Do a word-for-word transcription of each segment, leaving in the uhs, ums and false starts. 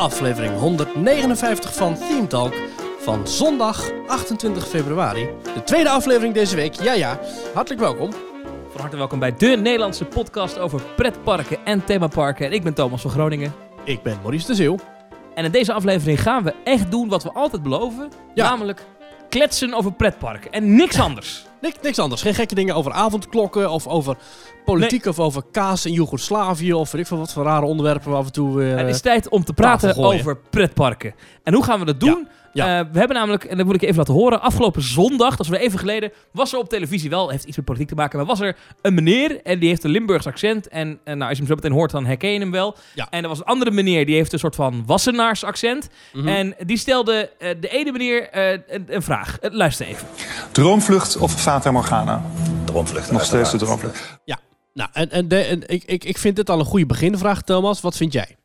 aflevering honderdnegenenvijftig van Theme Talk van zondag achtentwintig februari. De tweede aflevering deze week. Ja, ja. Hartelijk welkom. Van harte welkom bij de Nederlandse podcast over pretparken en themaparken. En ik ben Thomas van Groningen. Ik ben Maurice de Zeeuw. En in deze aflevering gaan we echt doen wat we altijd beloven. Ja. Namelijk kletsen over pretparken en niks anders. Niks, niks anders. Geen gekke dingen over avondklokken of over politiek nee. of over kaas in Joegoslavië of weet ik veel wat voor rare onderwerpen we af en toe weer. Het is tijd om te praten over pretparken. En hoe gaan we dat doen? Ja. Ja. Uh, we hebben namelijk, en dat moet ik even laten horen, afgelopen zondag, dat is weer even geleden, was er op televisie wel, heeft iets met politiek te maken, maar was er een meneer en die heeft een Limburgs accent. En, en nou, als je hem zo meteen hoort, dan herken je hem wel. Ja. En er was een andere meneer, die heeft een soort van Wassenaars accent. Mm-hmm. En die stelde uh, de ene meneer uh, een, een vraag. Uh, luister even. Droomvlucht of Fata Morgana? Droomvlucht. Nog steeds de droomvlucht. Ja, nou, en, en, de, en ik, ik, ik vind dit al een goede beginvraag, Thomas. Wat vind jij?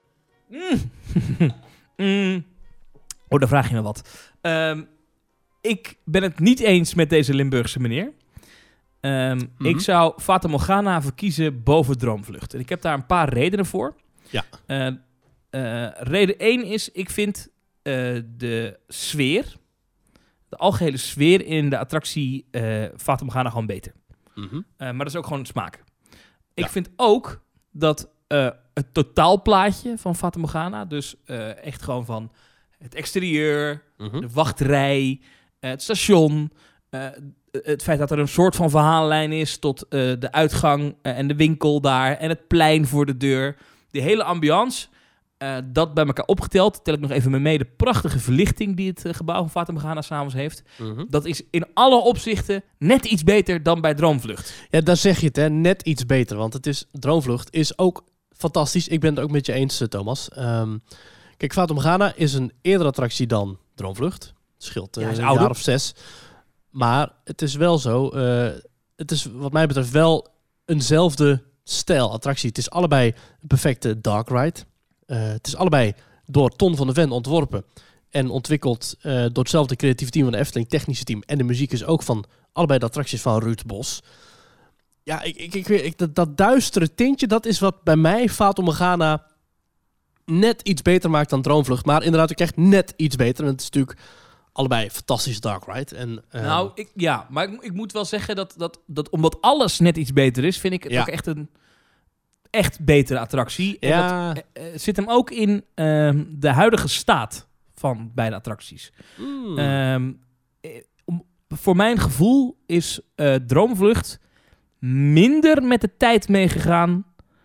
Mm. mm. Oh, daar vraag je me wat. Um, ik ben het niet eens met deze Limburgse meneer. Um, mm-hmm. Ik zou Fata Morgana verkiezen boven Droomvlucht. En ik heb daar een paar redenen voor. Ja. Uh, uh, reden één is, ik vind uh, de sfeer, de algehele sfeer in de attractie uh, Fata Morgana gewoon beter. Mm-hmm. Uh, maar dat is ook gewoon smaak. Ik ja. vind ook dat uh, het totaalplaatje van Fata Morgana, dus uh, echt gewoon van het exterieur, mm-hmm. de wachtrij, uh, het station, uh, het feit dat er een soort van verhaallijn is tot uh, de uitgang uh, en de winkel daar en het plein voor de deur. Die hele ambiance, uh, dat bij elkaar opgeteld, tel ik nog even mee, de prachtige verlichting die het uh, gebouw van Fata Morgana s'avonds heeft. Mm-hmm. Dat is in alle opzichten net iets beter dan bij Droomvlucht. Ja, daar zeg je het, hè, net iets beter, want het is, Droomvlucht is ook fantastisch. Ik ben het ook met je eens, Thomas. Um, Kijk, Fata Morgana is een eerdere attractie dan Droomvlucht. Het scheelt uh, ja, een jaar of zes. Maar het is wel zo. Uh, het is wat mij betreft wel eenzelfde stijl attractie. Het is allebei een perfecte dark ride. Uh, het is allebei door Ton van de Ven ontworpen. En ontwikkeld uh, door hetzelfde creatieve team van de Efteling, technische team. En de muziek is ook van allebei de attracties van Ruud Bos. Ja, ik, ik, ik, ik, dat, dat duistere tintje, dat is wat bij mij Fata Morgana net iets beter maakt dan Droomvlucht. Maar inderdaad ook echt net iets beter. En het is natuurlijk allebei fantastisch dark ride. En, uh... Nou, ik, ja, maar ik, ik moet wel zeggen dat, dat, dat omdat alles net iets beter is, vind ik het ja. ook echt een echt betere attractie. En ja. dat uh, zit hem ook in uh, de huidige staat van beide attracties. Mm. Um, om, voor mijn gevoel is uh, Droomvlucht minder met de tijd meegegaan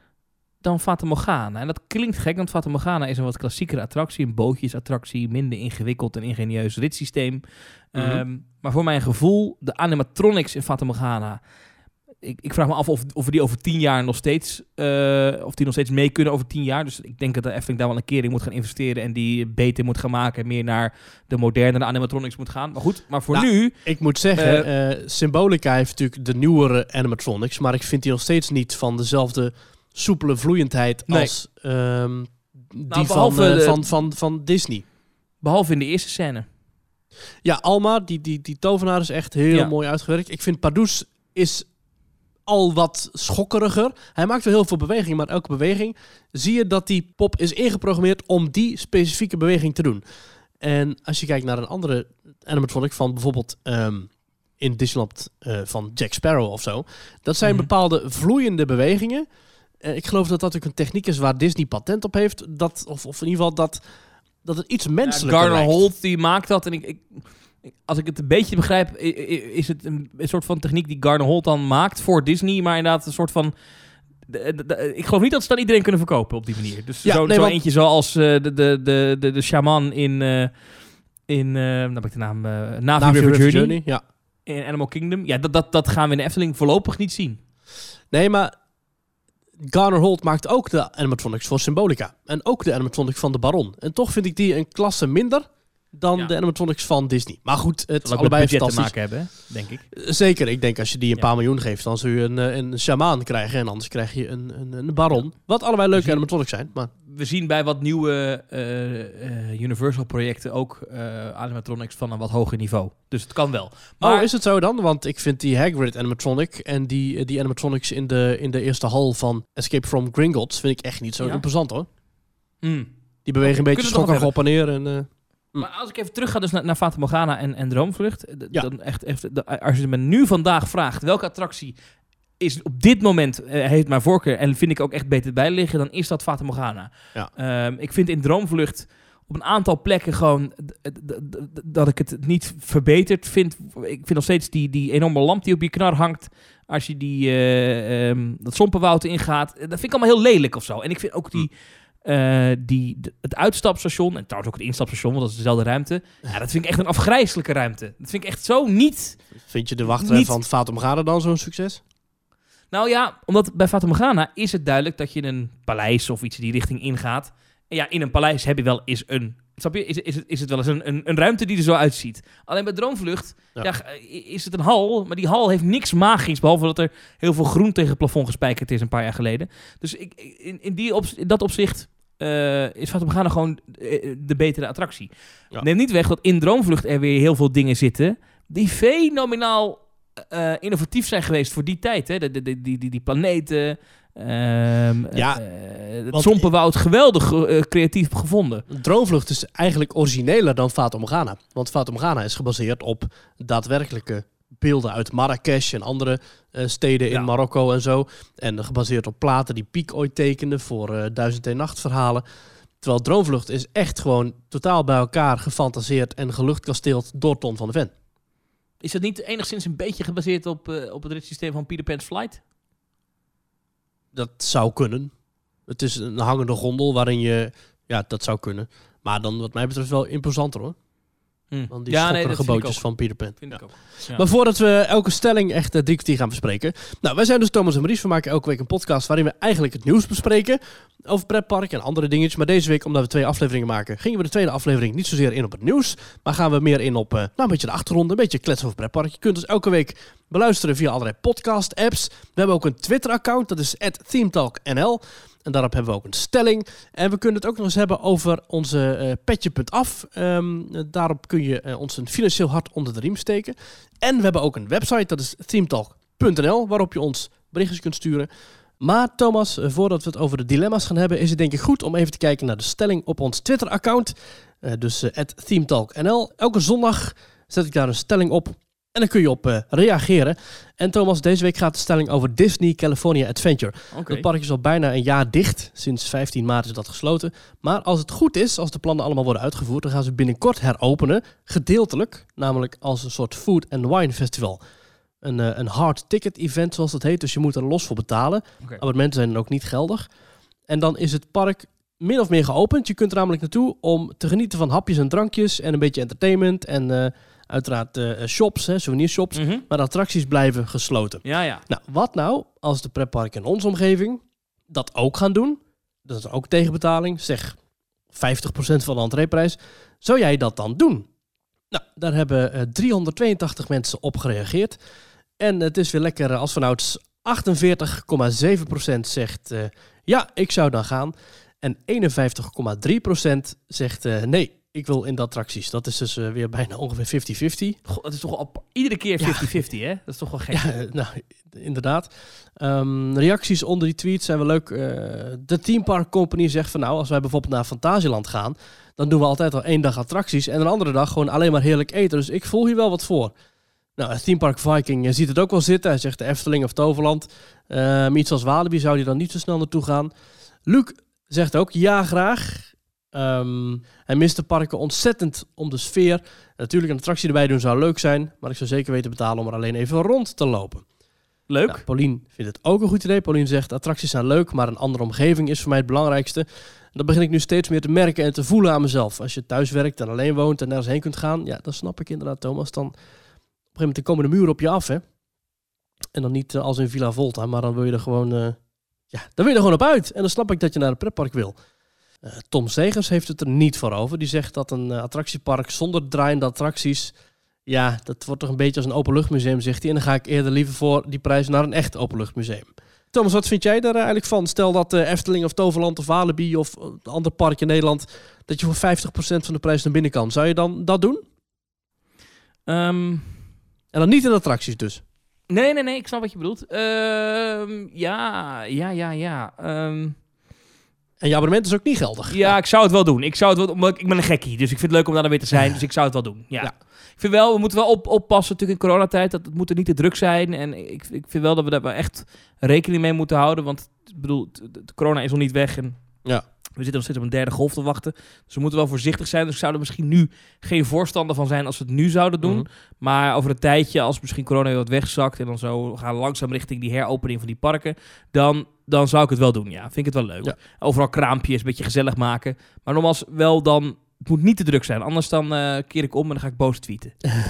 dan Fata Morgana. En dat klinkt gek, want Fata Morgana is een wat klassiekere attractie, een bootjesattractie, minder ingewikkeld en ingenieus ritssysteem. Mm-hmm. Um, maar voor mijn gevoel, de animatronics in Fata Morgana, ik, ik vraag me af of, of we die over tien jaar nog steeds, uh, of die nog steeds mee kunnen over tien jaar. Dus ik denk dat de Efteling daar wel een keer in moet gaan investeren en die beter moet gaan maken en meer naar de moderne animatronics moet gaan. Maar goed, maar voor nou, nu... Ik moet zeggen, uh, uh, Symbolica heeft natuurlijk de nieuwere animatronics, maar ik vind die nog steeds niet van dezelfde soepele vloeiendheid nee. als um, die nou, van, uh, de, van, van, van Disney. Behalve in de eerste scène. Ja, Alma, die, die, die tovenaar is echt heel ja. mooi uitgewerkt. Ik vind Pardoes is al wat schokkeriger. Hij maakt wel heel veel beweging, maar elke beweging zie je dat die pop is ingeprogrammeerd om die specifieke beweging te doen. En als je kijkt naar een andere animatronic van bijvoorbeeld um, in Disneyland uh, van Jack Sparrow of zo, dat zijn mm-hmm. bepaalde vloeiende bewegingen. Ik geloof dat dat ook een techniek is waar Disney patent op heeft. Dat, of, of in ieder geval dat, dat het iets menselijker ja, Garner lijkt. Holt die maakt dat. En ik, ik, als ik het een beetje begrijp, is het een, een soort van techniek die Garner Holt dan maakt voor Disney. Maar inderdaad een soort van... De, de, de, ik geloof niet dat ze dat iedereen kunnen verkopen op die manier. Dus ja, zo, nee, zo want... eentje zoals uh, de, de, de, de, de shaman in... Uh, in uh, nou heb ik de naam... Uh, Navi River, River Journey. Journey ja. In Animal Kingdom. Ja, dat, dat, dat gaan we in de Efteling voorlopig niet zien. Nee, maar... Garner Holt maakt ook de animatronics voor Symbolica. En ook de animatronics van de Baron. En toch vind ik die een klasse minder dan ja. de animatronics van Disney. Maar goed, het is allebei fantastisch. Te maken hebben, denk ik. Zeker, ik denk als je die een ja. paar miljoen geeft, dan zul je een, een shamaan krijgen. En anders krijg je een, een, een Baron. Ja. Wat allebei leuke animatronics zijn. Maar... We zien bij wat nieuwe uh, uh, Universal-projecten ook uh, animatronics van een wat hoger niveau. Dus het kan wel. Maar... Oh, is het zo dan? Want ik vind die Hagrid animatronic en die, die animatronics in de, in de eerste hal van Escape from Gringotts vind ik echt niet zo ja. imposant hoor. Mm. Die bewegen een beetje schokkig op en neer. En, uh, maar als ik even terug ga dus naar, naar Fata Morgana en, en Droomvlucht. D- ja. dan echt, echt, als je me nu vandaag vraagt welke attractie is op dit moment uh, heeft mijn voorkeur en vind ik ook echt beter bij liggen, dan is dat Fata Morgana. Ja. Um, ik vind in Droomvlucht op een aantal plekken gewoon d- d- d- d- dat ik het niet verbeterd vind. Ik vind nog steeds die, die enorme lamp die op je knar hangt als je die, uh, um, dat Sompenwoud ingaat. Dat vind ik allemaal heel lelijk of zo. En ik vind ook die... Uh, die, de, het uitstapstation, en trouwens ook het instapstation, want dat is dezelfde ruimte. Ja, dat vind ik echt een afgrijselijke ruimte. Dat vind ik echt zo niet... Vind je de wachtrij niet... van Fata Morgana dan zo'n succes? Nou ja, omdat bij Fata Morgana is het duidelijk dat je een paleis of iets die richting ingaat. En ja, in een paleis heb je wel eens een... Snap je? Is, is, het, is het wel eens een, een, een ruimte die er zo uitziet. Alleen bij Droomvlucht ja. Ja, is het een hal, maar die hal heeft niks magisch, behalve dat er heel veel groen tegen het plafond gespijkerd is een paar jaar geleden. Dus ik, in, in, die op, in dat opzicht... Uh, is Fata Morgana gewoon de, de betere attractie. Ja. Neem niet weg dat in Droomvlucht er weer heel veel dingen zitten die fenomenaal uh, innovatief zijn geweest voor die tijd. Hè? De, de, de, die, die, die planeten, um, ja, uh, het Sompenwoud, geweldig uh, creatief gevonden. Droomvlucht is eigenlijk origineler dan Fata Morgana. Want Fata Morgana is gebaseerd op daadwerkelijke beelden uit Marrakesh en andere uh, steden in ja. Marokko en zo. En gebaseerd op platen die Piek ooit tekende voor uh, Duizend en Nacht verhalen. Terwijl Droomvlucht is echt gewoon totaal bij elkaar gefantaseerd en geluchtkasteeld door Ton van de Ven. Is dat niet enigszins een beetje gebaseerd op, uh, op het ritssysteem van Peter Pan's Flight? Dat zou kunnen. Het is een hangende gondel waarin je... Ja, dat zou kunnen. Maar dan wat mij betreft wel imposanter hoor. Hmm. Dan die ja, schokkerige nee, bootjes van Peter Pan. Vind ja. ik ook. Ja. Maar voordat we elke stelling echt uh, drie kwartier gaan bespreken. Nou, wij zijn dus Thomas en Maurice. We maken elke week een podcast waarin we eigenlijk het nieuws bespreken. Over pretpark en andere dingetjes. Maar deze week, omdat we twee afleveringen maken, gingen we de tweede aflevering niet zozeer in op het nieuws. Maar gaan we meer in op uh, nou, een beetje de achtergrond. Een beetje kletsen over pretpark. Je kunt ons elke week beluisteren via allerlei podcast-apps. We hebben ook een Twitter-account. Dat is at themetalknl. En daarop hebben we ook een stelling. En we kunnen het ook nog eens hebben over onze uh, petje punt af. Um, daarop kun je uh, ons een financieel hart onder de riem steken. En we hebben ook een website, dat is themetalk punt n l, waarop je ons berichtjes kunt sturen. Maar Thomas, uh, voordat we het over de dilemma's gaan hebben, is het denk ik goed om even te kijken naar de stelling op ons Twitter-account. Uh, dus uh, at themetalknl. Elke zondag zet ik daar een stelling op. En dan kun je op uh, reageren. En Thomas, deze week gaat de stelling over Disney California Adventure. Okay. Het park is al bijna een jaar dicht. Sinds vijftien maart is dat gesloten. Maar als het goed is, als de plannen allemaal worden uitgevoerd, dan gaan ze binnenkort heropenen. Gedeeltelijk, namelijk als een soort food and wine festival. Een, uh, een hard ticket event, zoals dat heet. Dus je moet er los voor betalen. Okay. Abonnementen zijn dan ook niet geldig. En dan is het park min of meer geopend. Je kunt er namelijk naartoe om te genieten van hapjes en drankjes en een beetje entertainment en... Uh, Uiteraard uh, shops, hè, souvenirshops, mm-hmm. maar de attracties blijven gesloten. Ja, ja. Nou, wat nou als de pretparken in onze omgeving dat ook gaan doen? Dat is ook tegenbetaling, zeg vijftig procent van de entreeprijs. Zou jij dat dan doen? Nou, daar hebben uh, driehonderdtweeëntachtig mensen op gereageerd. En het is weer lekker uh, als vanouds achtenveertig komma zeven procent zegt uh, ja, ik zou dan gaan. En eenenvijftig komma drie procent zegt uh, nee. Ik wil in de attracties. Dat is dus uh, weer bijna ongeveer vijftig vijftig. Goh, dat is toch al iedere keer vijftig vijftig, ja. Hè? Dat is toch wel gek. Ja, uh, nou, inderdaad. Um, reacties onder die tweets zijn wel leuk. Uh, de Theme Park Company zegt van nou, als wij bijvoorbeeld naar Fantasieland gaan, dan doen we altijd al één dag attracties en een andere dag gewoon alleen maar heerlijk eten. Dus ik voel hier wel wat voor. Nou, Theme Park Viking ziet het ook wel zitten. Hij zegt de Efteling of Toverland. Uh, iets als Walibi zou hij dan niet zo snel naartoe gaan. Luc zegt ook ja, graag. Um, hij mist de parken ontzettend om de sfeer. Natuurlijk een attractie erbij doen zou leuk zijn, maar ik zou zeker weten betalen om er alleen even rond te lopen. Leuk. Nou, Paulien vindt het ook een goed idee. Paulien zegt attracties zijn leuk, maar een andere omgeving is voor mij het belangrijkste. En dat begin ik nu steeds meer te merken en te voelen aan mezelf. Als je thuis werkt en alleen woont en nergens heen kunt gaan, ja, dan snap ik inderdaad, Thomas. Dan op een gegeven moment komen de muren op je af, hè. En dan niet uh, als in Villa Volta, maar dan wil je er gewoon, uh, ja, dan wil je er gewoon op uit. En dan snap ik dat je naar een pretpark wil. Uh, Tom Zegers heeft het er niet voor over. Die zegt dat een uh, attractiepark zonder draaiende attracties, ja, dat wordt toch een beetje als een openluchtmuseum, zegt hij. En dan ga ik eerder liever voor die prijs naar een echt openluchtmuseum. Thomas, wat vind jij daar eigenlijk van? Stel dat uh, Efteling of Toverland of Walibi of een ander park in Nederland, dat je voor vijftig procent van de prijs naar binnen kan. Zou je dan dat doen? Um... En dan niet in attracties dus? Nee, nee, nee. Ik snap wat je bedoelt. Uh, ja, ja, ja, ja. Um... En je abonnement is ook niet geldig. Ja, ik zou het wel doen. Ik zou het wel, omdat ik, ik ben een gekkie, dus ik vind het leuk om daar dan weer te zijn. Dus ik zou het wel doen. Ja. ja. Ik vind wel, we moeten wel op, oppassen natuurlijk in coronatijd. Dat het moet er niet te druk zijn. En ik, ik vind wel dat we daar wel echt rekening mee moeten houden. Want ik bedoel, de, de corona is nog niet weg. En ja. we zitten nog steeds op een derde golf te wachten. Dus we moeten wel voorzichtig zijn. Dus ik zou er misschien nu geen voorstander van zijn als we het nu zouden doen. Mm-hmm. Maar over een tijdje, als misschien corona weer wat wegzakt en dan zo gaan we langzaam richting die heropening van die parken, dan, dan zou ik het wel doen. Ja, vind ik het wel leuk. Ja. Overal kraampjes, een beetje gezellig maken. Maar nogmaals, wel dan, het moet niet te druk zijn. Anders dan uh, keer ik om en dan ga ik boos tweeten.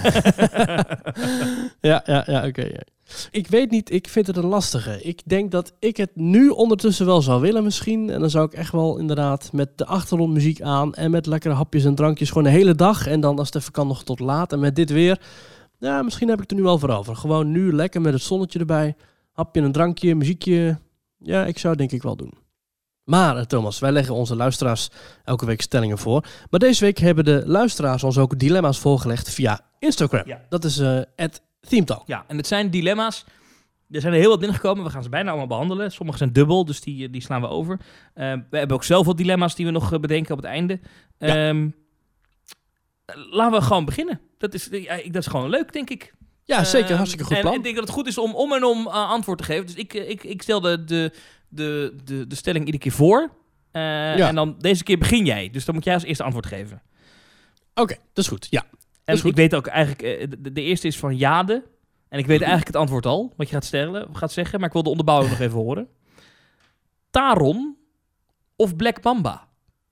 ja, ja, ja, oké. Okay, ja. Ik weet niet, ik vind het een lastige. Ik denk dat ik het nu ondertussen wel zou willen misschien. En dan zou ik echt wel inderdaad met de achtergrondmuziek aan en met lekkere hapjes en drankjes gewoon de hele dag. En dan als het even kan nog tot laat. En met dit weer, ja, misschien heb ik het er nu wel voor over. Gewoon nu lekker met het zonnetje erbij. Hapje en een drankje, muziekje. Ja, ik zou het denk ik wel doen. Maar Thomas, wij leggen onze luisteraars elke week stellingen voor. Maar deze week hebben de luisteraars ons ook dilemma's voorgelegd via Instagram. Ja. Dat is uh, at ThemeTalk. Ja, en het zijn dilemma's. Er zijn er heel wat binnengekomen. We gaan ze bijna allemaal behandelen. Sommige zijn dubbel, dus die, die slaan we over. Uh, we hebben ook zelf wat dilemma's die we nog bedenken op het einde. Ja. Um, laten we gewoon beginnen. Dat is, ja, dat is gewoon leuk, denk ik. Ja, zeker. Uh, hartstikke goed plan. En ik denk dat het goed is om om en om uh, antwoord te geven. Dus ik, ik, ik stel de, de, de, de, de stelling iedere keer voor. Uh, ja. En dan deze keer begin jij. Dus dan moet jij als eerste antwoord geven. Oké, okay, dat is goed. Ja. En ik weet ook eigenlijk, de, de eerste is van Jade. En ik weet eigenlijk het antwoord al, wat je gaat, stellen, gaat zeggen. Maar ik wil de onderbouwing nog even horen. Taron of Black Mamba?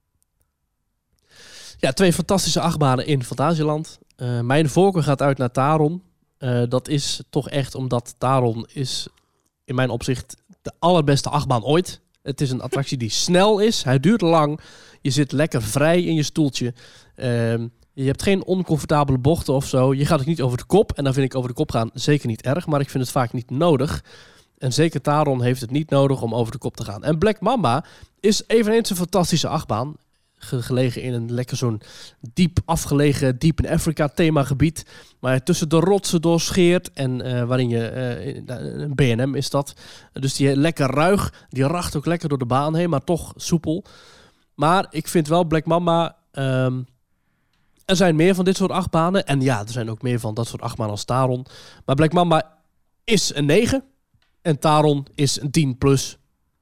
Ja, twee fantastische achtbanen in Fantasieland. Uh, mijn voorkeur gaat uit naar Taron. Uh, dat is toch echt omdat Taron is in mijn opzicht de allerbeste achtbaan ooit. Het is een attractie die snel is. Hij duurt lang. Je zit lekker vrij in je stoeltje. Uh, Je hebt geen oncomfortabele bochten of zo. Je gaat ook niet over de kop. En dan vind ik over de kop gaan zeker niet erg. Maar ik vind het vaak niet nodig. En zeker Taron heeft het niet nodig om over de kop te gaan. En Black Mamba is eveneens een fantastische achtbaan. Gelegen in een lekker zo'n diep afgelegen, diep in Afrika themagebied. Waar je tussen de rotsen doorscheert. En uh, waarin je, uh, een B en M is dat. Dus die lekker ruig. Die racht ook lekker door de baan heen. Maar toch soepel. Maar ik vind wel Black Mamba... Um, Er zijn meer van dit soort achtbanen. En ja, er zijn ook meer van dat soort achtbanen als Taron. Maar Black Mamba is een negen. En Taron is een tien plus.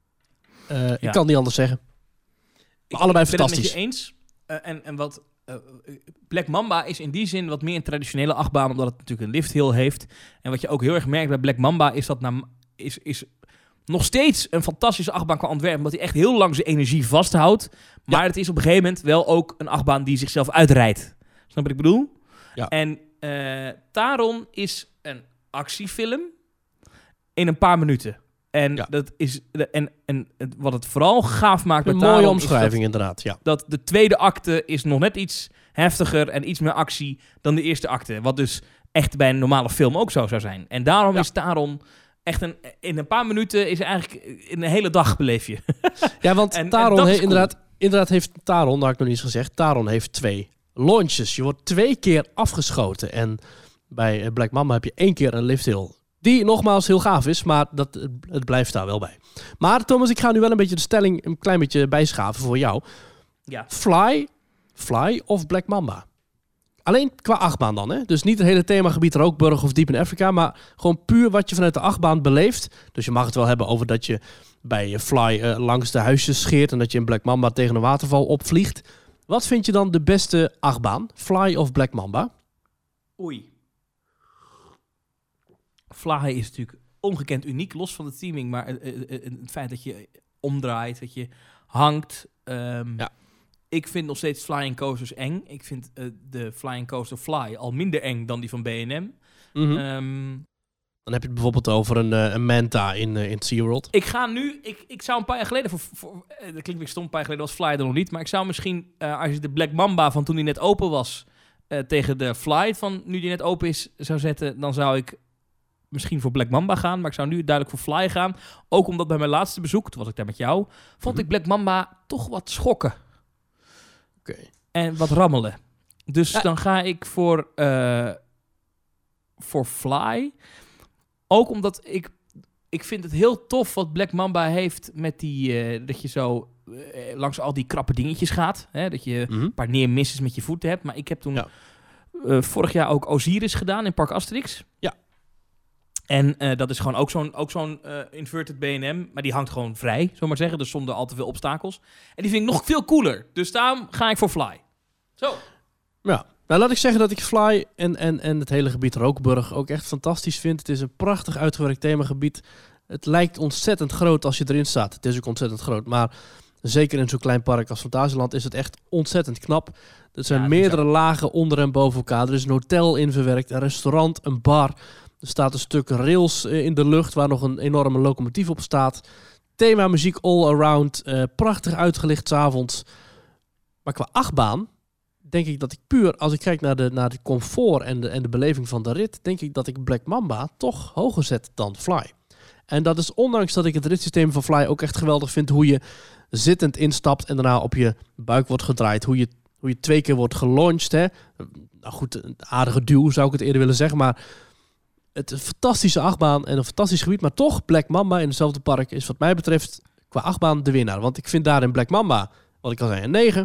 Uh, ja. Ik kan het niet anders zeggen. Maar ik allebei ben fantastisch. Ik ben het met je eens. Uh, en, en wat, uh, Black Mamba is in die zin wat meer een traditionele achtbaan. Omdat het natuurlijk een lifthill heeft. En wat je ook heel erg merkt bij Black Mamba is dat... Na, is, is nog steeds een fantastische achtbaan qua ontwerp. Omdat hij echt heel lang zijn energie vasthoudt. Maar ja. Het is op een gegeven moment wel ook een achtbaan die zichzelf uitrijdt. Snap wat ik bedoel? Ja. En uh, Taron is een actiefilm in een paar minuten. En, ja. dat is, en, en wat het vooral gaaf maakt een bij Taron... Een mooie omschrijving dat, inderdaad, ja. Dat de tweede acte is nog net iets heftiger en iets meer actie dan de eerste acte. Wat dus echt bij een normale film ook zo zou zijn. En daarom ja. is Taron... Echt een, in een paar minuten is eigenlijk in een hele dag beleef je. Ja, want en, Taron en he, cool. inderdaad, inderdaad heeft Taron, daar heb ik nog niet eens gezegd, Taron heeft twee launches. Je wordt twee keer afgeschoten. En bij Black Mamba heb je één keer een lifthill. Die nogmaals heel gaaf is, maar dat, het blijft daar wel bij. Maar Thomas, ik ga nu wel een beetje de stelling een klein beetje bijschaven voor jou. Ja. Fly, Fly of Black Mamba? Alleen qua achtbaan dan, hè? Dus niet het hele themagebied Rookburg of Diep in Afrika, maar gewoon puur wat je vanuit de achtbaan beleeft. Dus je mag het wel hebben over dat je bij je Fly uh, langs de huisjes scheert en dat je in Black Mamba tegen een waterval opvliegt. Wat vind je dan de beste achtbaan? Fly of Black Mamba? Oei. Fly is natuurlijk ongekend uniek, los van de theming, maar uh, uh, uh, het feit dat je omdraait, dat je hangt. Um, ja. Ik vind nog steeds Flying Coasters eng. Ik vind uh, de Flying Coaster Fly al minder eng dan die van B en M. Mm-hmm. Um, dan heb je het bijvoorbeeld over een, uh, een Manta in, uh, in SeaWorld. Ik ga nu... Ik, ik zou een paar jaar geleden... Voor, voor, uh, dat klinkt weer stom, een paar jaar geleden was Fly er nog niet. Maar ik zou misschien, uh, als je de Black Mamba van toen die net open was... Uh, tegen de Fly van nu die net open is, zou zetten... dan zou ik misschien voor Black Mamba gaan. Maar ik zou nu duidelijk voor Fly gaan. Ook omdat bij mijn laatste bezoek, toen was ik daar met jou... vond mm-hmm. ik Black Mamba toch wat schokken. Okay. En wat rammelen. Dus ja. dan ga ik voor, uh, voor Fly. Ook omdat ik ik vind het heel tof wat Black Mamba heeft met die... Uh, dat je zo uh, langs al die krappe dingetjes gaat. Hè? Dat je mm-hmm. een paar neermisses met je voeten hebt. Maar ik heb toen ja. uh, vorig jaar ook Osiris gedaan in Park Asterix. Ja. En uh, dat is gewoon ook zo'n, ook zo'n uh, inverted B en M. Maar die hangt gewoon vrij, zullen maar zeggen. Dus zonder al te veel obstakels. En die vind ik nog veel cooler. Dus daarom ga ik voor Fly. Zo. Ja. Nou, laat ik zeggen dat ik Fly en, en, en het hele gebied Rookburg ook echt fantastisch vind. Het is een prachtig uitgewerkt themagebied. Het lijkt ontzettend groot als je erin staat. Het is ook ontzettend groot, maar zeker in zo'n klein park als Fantasieland is het echt ontzettend knap. Er zijn ja, meerdere lagen onder en boven elkaar. Er is een hotel in verwerkt, een restaurant, een bar. Er staat een stuk rails in de lucht waar nog een enorme locomotief op staat. Thema muziek all around. Uh, prachtig uitgelicht 's avonds. Maar qua achtbaan denk ik dat ik puur, als ik kijk naar de, naar de comfort en de, en de beleving van de rit, denk ik dat ik Black Mamba toch hoger zet dan Fly. En dat is ondanks dat ik het ritssysteem van Fly ook echt geweldig vind, hoe je zittend instapt en daarna op je buik wordt gedraaid. Hoe je, hoe je twee keer wordt gelaunched. Hè. Nou goed, een aardige duw zou ik het eerder willen zeggen, maar het is een fantastische achtbaan en een fantastisch gebied. Maar toch, Black Mamba in hetzelfde park is wat mij betreft qua achtbaan de winnaar. Want ik vind daarin Black Mamba, wat ik al zei, een negen.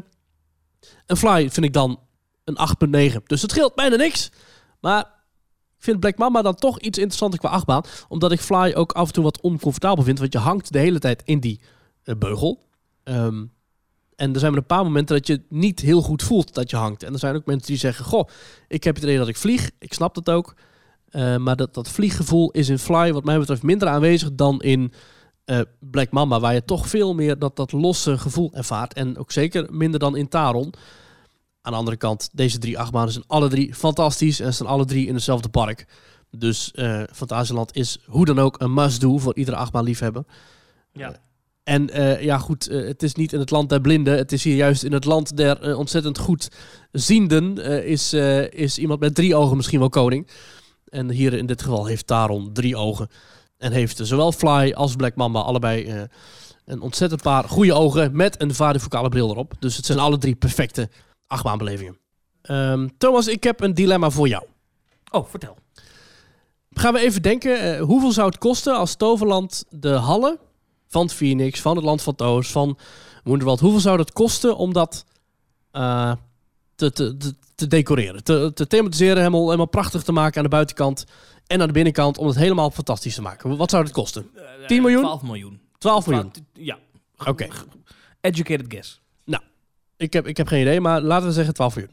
En Fly vind ik dan een acht komma negen. Dus het scheelt bijna niks. Maar ik vind Black Mamba dan toch iets interessanter qua achtbaan. Omdat ik Fly ook af en toe wat oncomfortabel vind. Want je hangt de hele tijd in die uh, beugel. Um, en er zijn maar een paar momenten dat je niet heel goed voelt dat je hangt. En er zijn ook mensen die zeggen, goh, ik heb het idee dat ik vlieg. Ik snap dat ook. Uh, maar dat, dat vlieggevoel is in Fly wat mij betreft minder aanwezig dan in uh, Black Mamba. Waar je toch veel meer dat, dat losse gevoel ervaart. En ook zeker minder dan in Taron. Aan de andere kant, deze drie achtbanen zijn alle drie fantastisch. En staan alle drie in hetzelfde park. Dus uh, Fantasieland is hoe dan ook een must-do voor iedere achtbaanliefhebber. Ja. Uh, en uh, ja goed, uh, het is niet in het land der blinden. Het is hier juist in het land der uh, ontzettend goed zienden. Uh, is, uh, is iemand met drie ogen misschien wel koning. En hier in dit geval heeft Taron drie ogen. En heeft zowel Fly als Black Mamba allebei uh, een ontzettend paar goede ogen met een varifocale bril erop. Dus het zijn alle drie perfecte achtbaanbelevingen. Um, Thomas, ik heb een dilemma voor jou. Oh, vertel. Gaan we even denken, uh, hoeveel zou het kosten als Toverland de hallen van Phoenix, van het Land van Toos, van Wonderworld, hoeveel zou dat kosten om dat uh, te, te, te, te decoreren, te, te thematiseren, helemaal, helemaal prachtig te maken aan de buitenkant en aan de binnenkant, om het helemaal fantastisch te maken? Wat zou dat kosten? Uh, tien miljoen? twaalf miljoen. twaalf miljoen? Ja. Oké. Okay. Educated guess. Nou, ik heb, ik heb geen idee, maar laten we zeggen twaalf miljoen.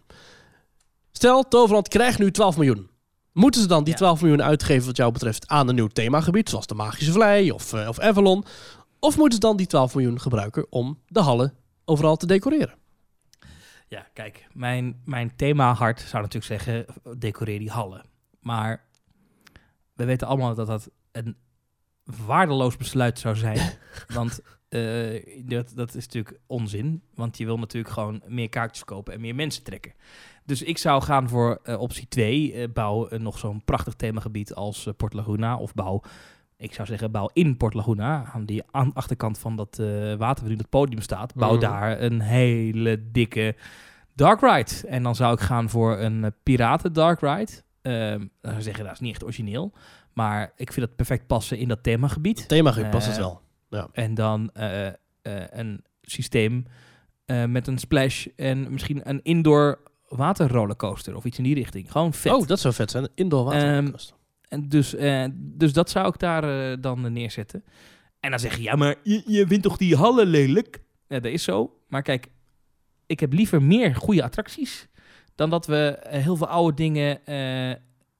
Stel, Toverland krijgt nu twaalf miljoen. Moeten ze dan die twaalf miljoen uitgeven wat jou betreft aan een nieuw themagebied, zoals de Magische Vlei of, uh, of Avalon? Of moeten ze dan die twaalf miljoen gebruiken om de hallen overal te decoreren? Ja, kijk, mijn, mijn thema-hart zou natuurlijk zeggen, decoreer die hallen. Maar we weten allemaal dat dat een waardeloos besluit zou zijn. Want uh, dat, dat is natuurlijk onzin. Want je wil natuurlijk gewoon meer kaartjes kopen en meer mensen trekken. Dus ik zou gaan voor uh, optie twee. Uh, bouw uh, nog zo'n prachtig themagebied als uh, Port Laguna. Of bouw, ik zou zeggen, bouw in Port Laguna. Aan die aan achterkant van dat uh, water waarin het podium staat. Bouw mm. daar een hele dikke dark ride. En dan zou ik gaan voor een uh, piraten dark ride. Uh, dan zou ik zeggen, dat is niet echt origineel. Maar ik vind het perfect passen in dat themagebied. Het themagebied uh, past het wel. Ja. En dan uh, uh, een systeem uh, met een splash en misschien een indoor waterrollercoaster of iets in die richting. Gewoon vet. Oh, dat zou vet zijn. Een indoor waterrollercoaster. Um, en dus, uh, dus dat zou ik daar uh, dan neerzetten. En dan zeg je, ja, maar je, je vindt toch die hallen lelijk? Ja, dat is zo. Maar kijk, ik heb liever meer goede attracties dan dat we uh, heel veel oude dingen uh,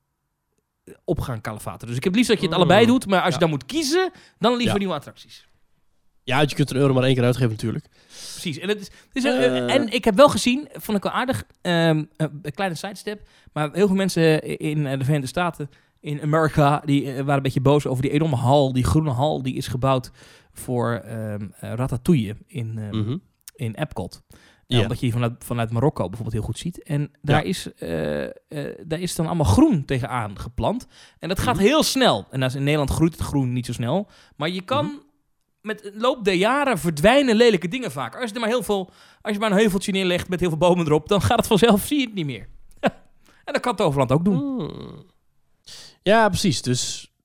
op gaan kalefateren. Dus ik heb liefst dat je het allebei doet, maar als ja. je dan moet kiezen, dan liever ja. nieuwe attracties. Ja, je kunt een euro maar één keer uitgeven natuurlijk. Precies. En, het is, het is uh. een, en ik heb wel gezien, vond ik wel aardig, um, een kleine sidestep, maar heel veel mensen in de Verenigde Staten, in Amerika, die uh, waren een beetje boos over die enorme hal, die groene hal, die is gebouwd voor um, uh, Ratatouille in, um, mm-hmm. in Epcot. Ja. Omdat je die vanuit, vanuit Marokko bijvoorbeeld heel goed ziet. En daar, ja. is, uh, uh, daar is dan allemaal groen tegenaan geplant. En dat gaat mm-hmm. heel snel. En in Nederland groeit het groen niet zo snel. Maar je kan mm-hmm. met de loop der jaren verdwijnen lelijke dingen vaak. Als je er maar heel veel, als je maar een heuveltje neerlegt met heel veel bomen erop, dan gaat het vanzelf, zie je het niet meer. En dat kan Toverland ook doen. Mm. Ja, precies. Dus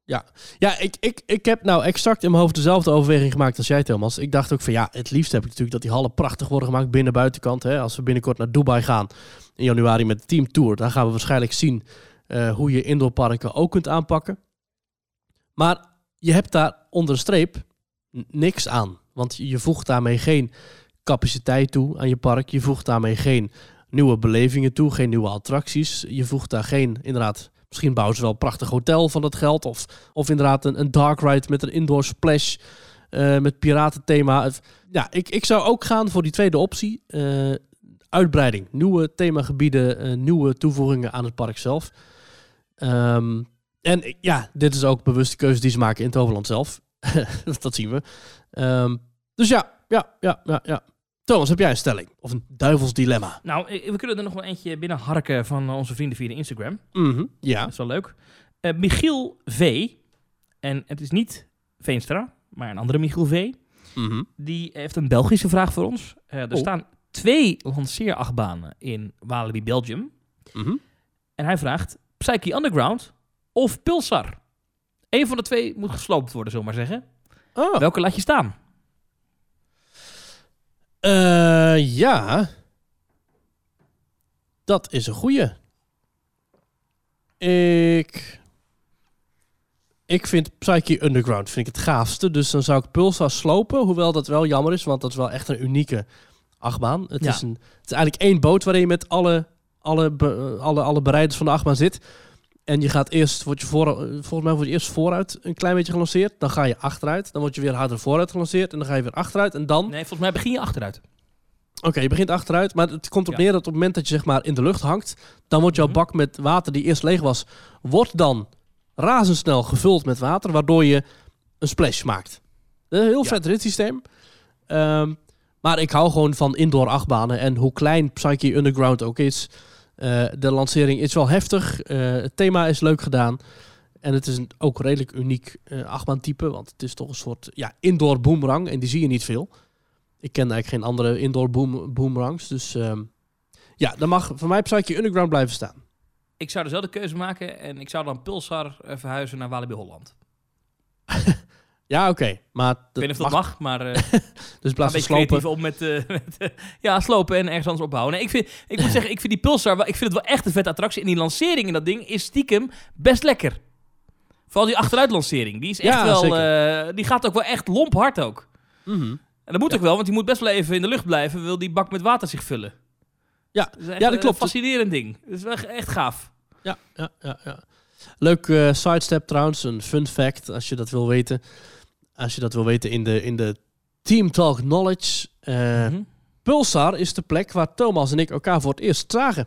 Ja, ja ik, ik, ik heb nou exact in mijn hoofd dezelfde overweging gemaakt als jij, Thomas. Ik dacht ook van ja, het liefst heb ik natuurlijk dat die hallen prachtig worden gemaakt binnen buitenkant. Hè. Als we binnenkort naar Dubai gaan in januari met de Team Tour, dan gaan we waarschijnlijk zien uh, hoe je indoorparken ook kunt aanpakken. Maar je hebt daar onder de streep n- niks aan. Want je voegt daarmee geen capaciteit toe aan je park. Je voegt daarmee geen nieuwe belevingen toe, geen nieuwe attracties. Je voegt daar geen, inderdaad... Misschien bouwen ze wel een prachtig hotel van dat geld. Of, of inderdaad een, een dark ride met een indoor splash. Uh, met piratenthema. Ja, ik, ik zou ook gaan voor die tweede optie. Uh, uitbreiding. Nieuwe themagebieden. Uh, nieuwe toevoegingen aan het park zelf. Um, en ja, dit is ook bewuste keuze die ze maken in het Toverland zelf. Dat zien we. Um, dus ja, ja, ja, ja, ja. Thomas, heb jij een stelling? Of een duivels dilemma? Nou, we kunnen er nog wel eentje binnen harken van onze vrienden via de Instagram. Mm-hmm, ja. Dat is wel leuk. Uh, Michiel V. En het is niet Veenstra, maar een andere Michiel V. Mm-hmm. Die heeft een Belgische vraag voor ons. Uh, er oh. staan twee lanceerachtbanen in Walibi, Belgium. Mm-hmm. En hij vraagt Psyche Underground of Pulsar. Eén van de twee moet gesloopt worden, zullen we maar zeggen. Oh. Welke laat je staan? Uh, ja. Dat is een goeie. Ik... Ik vind Psyche Underground vind ik het gaafste. Dus dan zou ik Pulsar slopen. Hoewel dat wel jammer is, want dat is wel echt een unieke achtbaan. Het, ja. is, een, het is eigenlijk één boot waarin je met alle, alle, be, alle, alle bereiders van de achtbaan zit. En je gaat eerst, word je voor, volgens mij word je eerst vooruit een klein beetje gelanceerd. Dan ga je achteruit. Dan word je weer harder vooruit gelanceerd. En dan ga je weer achteruit. En dan... Nee, volgens mij begin je achteruit. Oké, okay, je begint achteruit. Maar het komt op ja. neer dat op het moment dat je zeg maar in de lucht hangt, dan wordt jouw mm-hmm. bak met water die eerst leeg was, wordt dan razendsnel gevuld met water, waardoor je een splash maakt. Een heel ja. vet ritssysteem. Um, maar ik hou gewoon van indoor achtbanen. En hoe klein Psyche Underground ook is, uh, de lancering is wel heftig. Uh, het thema is leuk gedaan. En het is een ook redelijk uniek uh, achtbaantype, want het is toch een soort ja, indoor boomerang. En die zie je niet veel. Ik ken eigenlijk geen andere indoor boom, boomerangs. Dus um, ja, dan mag voor mij Psyche Underground blijven staan. Ik zou dezelfde keuze maken en ik zou dan Pulsar uh, verhuizen naar Walibi Holland. Ja, oké. Okay, maar ik weet niet of dat mag, mag maar... Uh, dus plaats van slopen... creatief om met... Uh, met uh, ja, slopen en ergens anders opbouwen. Nee, ik, vind, ik moet zeggen, ik vind die Pulsar... Ik vind het wel echt een vette attractie. En die lancering in dat ding is stiekem best lekker. Vooral die achteruitlancering. Die is echt ja, wel... Uh, die gaat ook wel echt lomp hard ook. Mm-hmm. En dat moet ja. ook wel, want die moet best wel even in de lucht blijven. Wil die bak met water zich vullen. Ja, dat is echt ja dat klopt. Een fascinerend ding. Dat is wel echt gaaf. Ja, ja, ja. ja. Leuk uh, sidestep trouwens. Een fun fact, als je dat wil weten. Als je dat wil weten in de, in de Team Talk Knowledge. Uh, mm-hmm. Pulsar is de plek waar Thomas en ik elkaar voor het eerst zagen.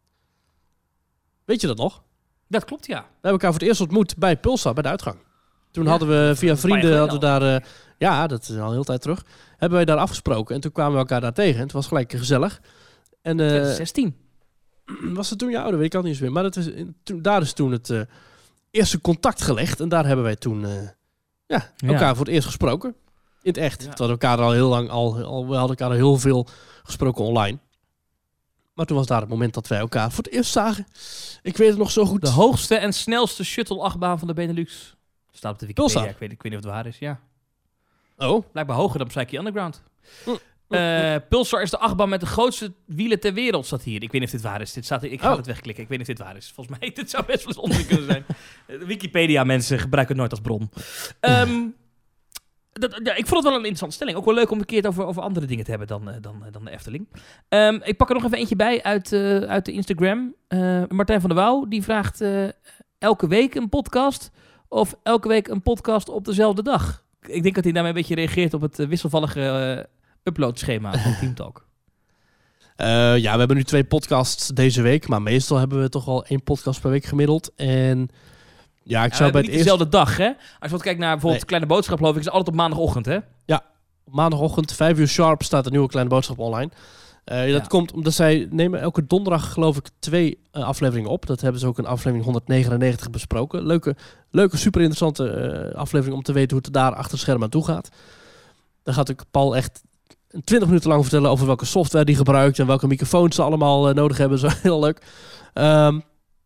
Weet je dat nog? Dat klopt, ja. We hebben elkaar voor het eerst ontmoet bij Pulsar, bij de uitgang. Toen ja, hadden we via vrienden, hadden we daar... Uh, ja, dat is al een hele tijd terug. Hebben wij daar afgesproken. En toen kwamen we elkaar daar tegen. En het was gelijk gezellig. En, uh, twintig zestien Was het toen? Ja, dat weet ik al niet eens meer. Maar dat is, toen, daar is toen het uh, eerste contact gelegd. En daar hebben wij toen uh, ja, elkaar ja. voor het eerst gesproken. In het echt. Ja. We hadden elkaar al heel lang al, al... We hadden elkaar al heel veel gesproken online. Maar toen was daar het moment dat wij elkaar voor het eerst zagen. Ik weet het nog zo goed. De hoogste en snelste shuttle-achtbaan van de Benelux. Staat op de Wikipedia. Pulsar. Ik weet, ik weet niet of het waar is, ja. Oh. Blijkbaar hoger dan Psyche Underground. Mm. Uh, Pulsar is de achtbaan met de grootste wielen ter wereld, staat hier. Ik weet niet of dit waar is. Dit staat, ik ga oh. het wegklikken. Ik weet niet of dit waar is. Volgens mij, dit zou best wel eens onzin kunnen zijn. Uh, Wikipedia, mensen, gebruiken het nooit als bron. Um, dat, ja, ik vond het wel een interessante stelling. Ook wel leuk om een keer over, over andere dingen te hebben dan, uh, dan, dan de Efteling. Um, ik pak er nog even eentje bij uit, uh, uit de Instagram. Uh, Martijn van der Wouw, die vraagt uh, elke week een podcast of elke week een podcast op dezelfde dag. Ik denk dat hij daarmee een beetje reageert op het uh, wisselvallige... Uh, uploadschema van Team Talk. Uh, ja, we hebben nu twee podcasts deze week, maar meestal hebben we toch wel één podcast per week gemiddeld. En ja, ik ja, zou bij het niet dezelfde eerst... dag, hè? Als je wat kijkt naar bijvoorbeeld nee. Kleine Boodschap, geloof ik, is altijd op maandagochtend, hè? Ja, op maandagochtend, vijf uur sharp, staat een nieuwe Kleine Boodschap online. Uh, dat ja. komt omdat zij nemen elke donderdag, geloof ik, twee uh, afleveringen op. Dat hebben ze ook in aflevering honderdnegenennegentig besproken. Leuke, leuke super interessante uh, aflevering om te weten hoe het daar achter het scherm aan toe gaat. Dan gaat ook Paul echt twintig minuten lang vertellen over welke software die gebruikt en welke microfoons ze allemaal uh, nodig hebben. Zo heel leuk. Um,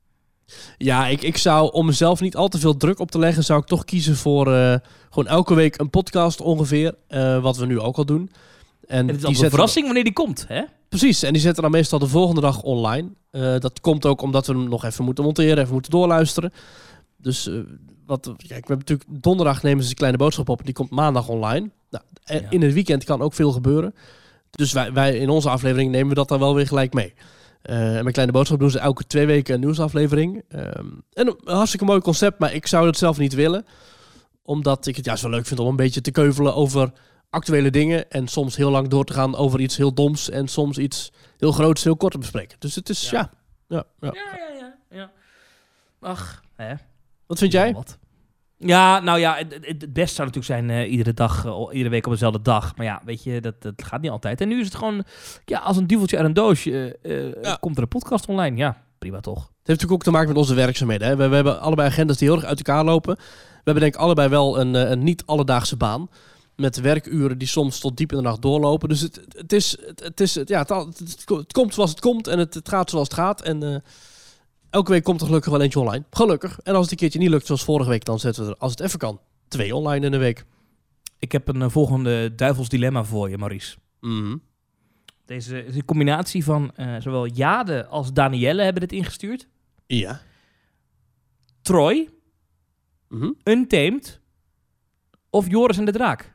Ja, ik, ik zou, om mezelf niet al te veel druk op te leggen, zou ik toch kiezen voor uh, gewoon elke week een podcast ongeveer. Uh, wat we nu ook al doen. En, en het is al een verrassing wanneer die komt, hè? Precies, en die zetten dan meestal de volgende dag online. Uh, dat komt ook omdat we hem nog even moeten monteren, even moeten doorluisteren. Dus uh, wat, ja, we hebben natuurlijk donderdag nemen ze een kleine boodschap op. Die komt maandag online. Nou, ja. In het weekend kan ook veel gebeuren. Dus wij, wij in onze aflevering nemen we dat dan wel weer gelijk mee. Uh, en met Kleine Boodschap doen ze elke twee weken een nieuwsaflevering. Um, en een hartstikke mooi concept, maar ik zou het zelf niet willen. Omdat ik het juist wel leuk vind om een beetje te keuvelen over actuele dingen. En soms heel lang door te gaan over iets heel doms. En soms iets heel groots, heel kort te bespreken. Dus het is, ja. Ja, ja, ja. ja, ja, ja, ja. Ach, hè. Wat vind jij? Wat? Ja, nou ja, het, het beste zou natuurlijk zijn uh, iedere dag, uh, iedere week op dezelfde dag. Maar ja, weet je, dat, dat gaat niet altijd. En nu is het gewoon, ja, als een duveltje uit een doosje, uh, uh, ja. komt er een podcast online. Ja, prima toch. Het heeft natuurlijk ook te maken met onze werkzaamheden. Hè? We, we hebben allebei agendas die heel erg uit elkaar lopen. We hebben denk ik allebei wel een, een niet-alledaagse baan. Met werkuren die soms tot diep in de nacht doorlopen. Dus het, het is, het, het is, ja, het, het, het, het komt zoals het komt en het, het gaat zoals het gaat. En uh, elke week komt er gelukkig wel eentje online. Gelukkig. En als het een keertje niet lukt zoals vorige week, dan zetten we er, als het even kan, twee online in de week. Ik heb een uh, volgende duivels dilemma voor je, Maurice. Mm-hmm. Deze is een combinatie van uh, zowel Jade als Danielle hebben dit ingestuurd. Ja. Troy, mm-hmm. Untamed of Joris en de Draak?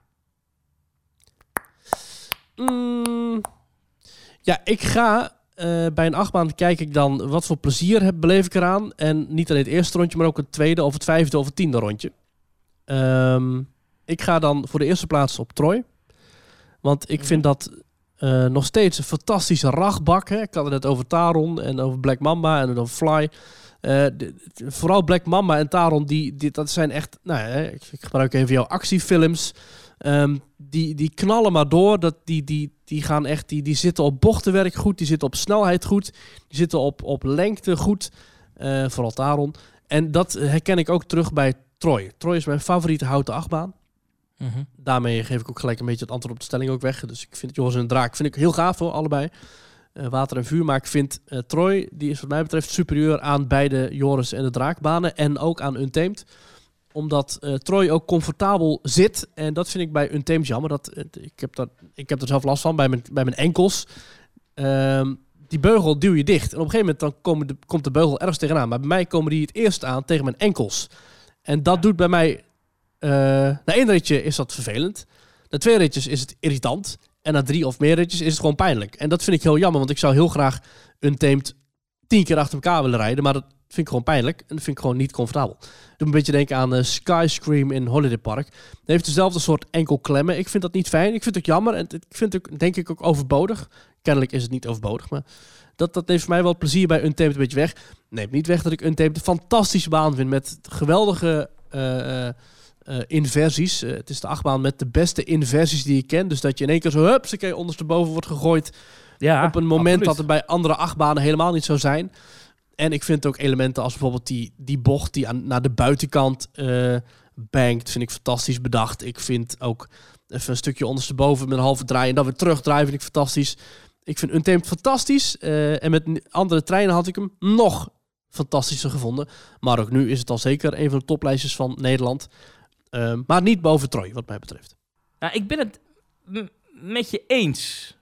Mm, ja, ik ga... Uh, bij een achtbaan kijk ik dan wat voor plezier heb, beleef ik eraan. En niet alleen het eerste rondje, maar ook het tweede of het vijfde of het tiende rondje. Um, ik ga dan voor de eerste plaats op Troy. Want ik vind dat uh, nog steeds een fantastische rachtbak. Hè. Ik had het net over Taron en over Black Mamba en over Fly. Uh, de, de, vooral Black Mamba en Taron, die, die, dat zijn echt... Nou, hè, ik, ik gebruik even jouw actiefilms. Um, die, die knallen maar door. Dat, die, die, die, gaan echt, die, die zitten op bochtenwerk goed. Die zitten op snelheid goed. Die zitten op, op lengte goed. Uh, vooral Taron. En dat herken ik ook terug bij Troy. Troy is mijn favoriete houten achtbaan. Mm-hmm. Daarmee geef ik ook gelijk een beetje het antwoord op de stelling ook weg. Dus ik vind Joris en de Draak vind ik heel gaaf voor allebei. Uh, water en vuur. Maar ik vind uh, Troy, die is wat mij betreft superieur aan beide Joris en de Draakbanen. En ook aan Untamed. Omdat uh, Troy ook comfortabel zit. En dat vind ik bij Untamed jammer. Dat, uh, ik, heb dat, ik heb er zelf last van bij mijn, bij mijn enkels. Uh, die beugel duw je dicht. En op een gegeven moment dan komen de, komt de beugel ergens tegenaan. Maar bij mij komen die het eerst aan tegen mijn enkels. En dat ja. doet bij mij... Uh, na één ritje is dat vervelend. Na twee ritjes is het irritant. En na drie of meer ritjes is het gewoon pijnlijk. En dat vind ik heel jammer. Want ik zou heel graag Untamed tien keer achter elkaar willen rijden. Maar dat vind ik gewoon pijnlijk. En dat vind ik gewoon niet comfortabel. Doe me een beetje denken aan uh, Skyscream in Holiday Park. Het heeft dezelfde soort enkelklemmen. Ik vind dat niet fijn. Ik vind het ook jammer. En ik vind het ook, denk ik ook overbodig. Kennelijk is het niet overbodig. Maar dat, dat neemt voor mij wel plezier bij Untamed een beetje weg. Neemt niet weg dat ik Untamed een fantastische baan vind. Met geweldige... Uh, uh, Uh, inversies. Uh, het is de achtbaan met de beste inversies die ik ken. Dus dat je in één keer zo hupsakee ondersteboven wordt gegooid. Ja, op een moment absoluut. dat het bij andere achtbanen helemaal niet zou zijn. En ik vind ook elementen als bijvoorbeeld die, die bocht die aan, naar de buitenkant uh, bankt. Vind ik fantastisch bedacht. Ik vind ook even een stukje ondersteboven met een halve draai en dan weer terugdraaien vind ik fantastisch. Ik vind Untamed fantastisch. Uh, en met andere treinen had ik hem nog fantastischer gevonden. Maar ook nu is het al zeker een van de toplijstjes van Nederland. Uh, maar niet boven Troy, wat mij betreft. Nou, ik ben het m- met je eens.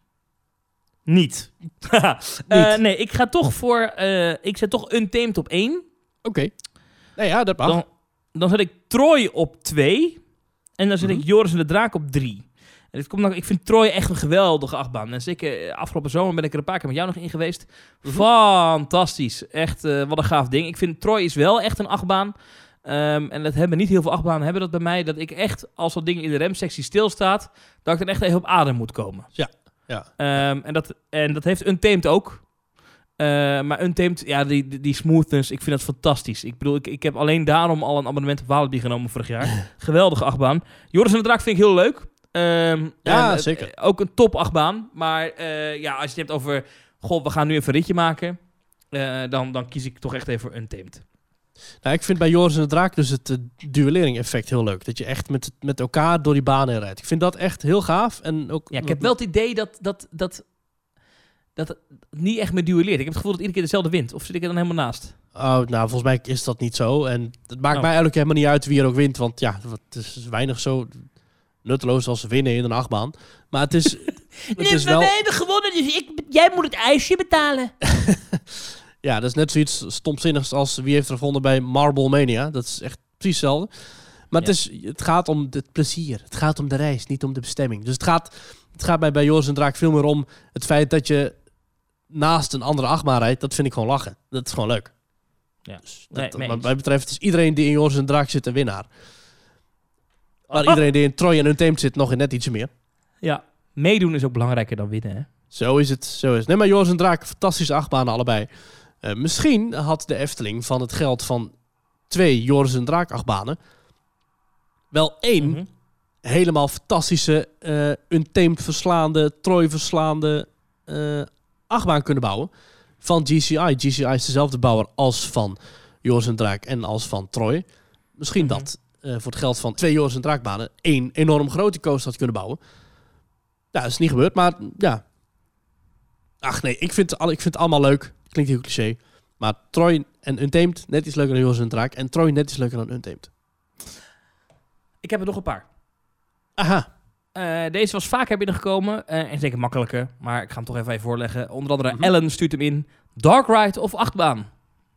Niet. uh, Niet. Nee, ik ga toch voor... Uh, ik zet toch Untamed op één. Oké. Okay. Nou ja, dat mag. Dan, dan zet ik Troy op twee. En dan zet mm-hmm. ik Joris en de Draak op drie. En dit komt nog, ik vind Troy echt een geweldige achtbaan. En zeker afgelopen zomer ben ik er een paar keer met jou nog in geweest. Mm-hmm. Fantastisch. Echt, uh, wat een gaaf ding. Ik vind Troy is wel echt een achtbaan. Um, en dat hebben niet heel veel achtbanen hebben dat bij mij. Dat ik echt, als dat ding in de remsectie stilstaat, dat ik dan echt even op adem moet komen. Ja, ja. Um, en, dat, en dat heeft Untamed ook. Uh, maar Untamed, ja, die, die, die smoothness, ik vind dat fantastisch. Ik bedoel, ik, ik heb alleen daarom al een abonnement op Walibi genomen vorig jaar. Geweldige achtbaan. Joris en de Draak vind ik heel leuk. Um, ja, en, zeker. Uh, ook een top achtbaan. Maar uh, ja, als je het hebt over, goh, we gaan nu even een ritje maken. Uh, dan, dan kies ik toch echt even voor Untamed. Nou, ik vind bij Joris en de Draak dus het uh, duellering-effect heel leuk. Dat je echt met, met elkaar door die banen rijdt. Ik vind dat echt heel gaaf. En ook, ja, ik heb wel het idee dat, dat, dat, dat het niet echt meer duelleert. Ik heb het gevoel dat iedere keer dezelfde wint. Of zit ik er dan helemaal naast? Oh, nou, volgens mij is dat niet zo. En het maakt oh. mij eigenlijk helemaal niet uit wie er ook wint. Want ja, het is weinig zo nutteloos als ze winnen in een achtbaan. Maar het is, het nee, is wel... we hebben gewonnen, dus ik, jij moet het ijsje betalen. Ja, dat is net zoiets stomzinnigs als wie heeft er gevonden bij Marble Mania. Dat is echt precies hetzelfde. Maar Ja. het, is, het gaat om het plezier. Het gaat om de reis, niet om de bestemming. Dus het gaat, het gaat mij bij Joris en Draak veel meer om het feit dat je naast een andere achtbaan rijdt. Dat vind ik gewoon lachen. Dat is gewoon leuk. Ja. Dus Nee, dat, mee wat eens. mij betreft is iedereen die in Joris en Draak zit een winnaar. Maar Oh. iedereen die in Troy en Untamed zit nog in net ietsje meer. Ja, meedoen is ook belangrijker dan winnen, hè? Zo is het, zo is het. Nee, maar Joris en Draak, fantastische achtbanen allebei. Uh, misschien had de Efteling van het geld van twee Joris en Draak achtbanen wel één Mm-hmm. helemaal fantastische, uh, Untamed verslaande, Troy verslaande uh, achtbaan kunnen bouwen van G C I. G C I is dezelfde bouwer als van Joris en Draak en als van Troy. Misschien Mm-hmm. dat uh, voor het geld van twee Joris en Draakbanen één enorm grote coaster had kunnen bouwen. Ja, dat is niet gebeurd, maar ja. Ach nee, ik vind, het, ik vind het allemaal leuk. Klinkt heel cliché. Maar Troy en Untamed net iets leuker dan Joris en Draak. En Troy net iets leuker dan Untamed. Ik heb er nog een paar. Aha. Uh, deze was vaker binnengekomen. Uh, en zeker makkelijker. Maar ik ga hem toch even, even voorleggen. Onder andere Mm-hmm. Ellen stuurt hem in. Dark Ride of achtbaan?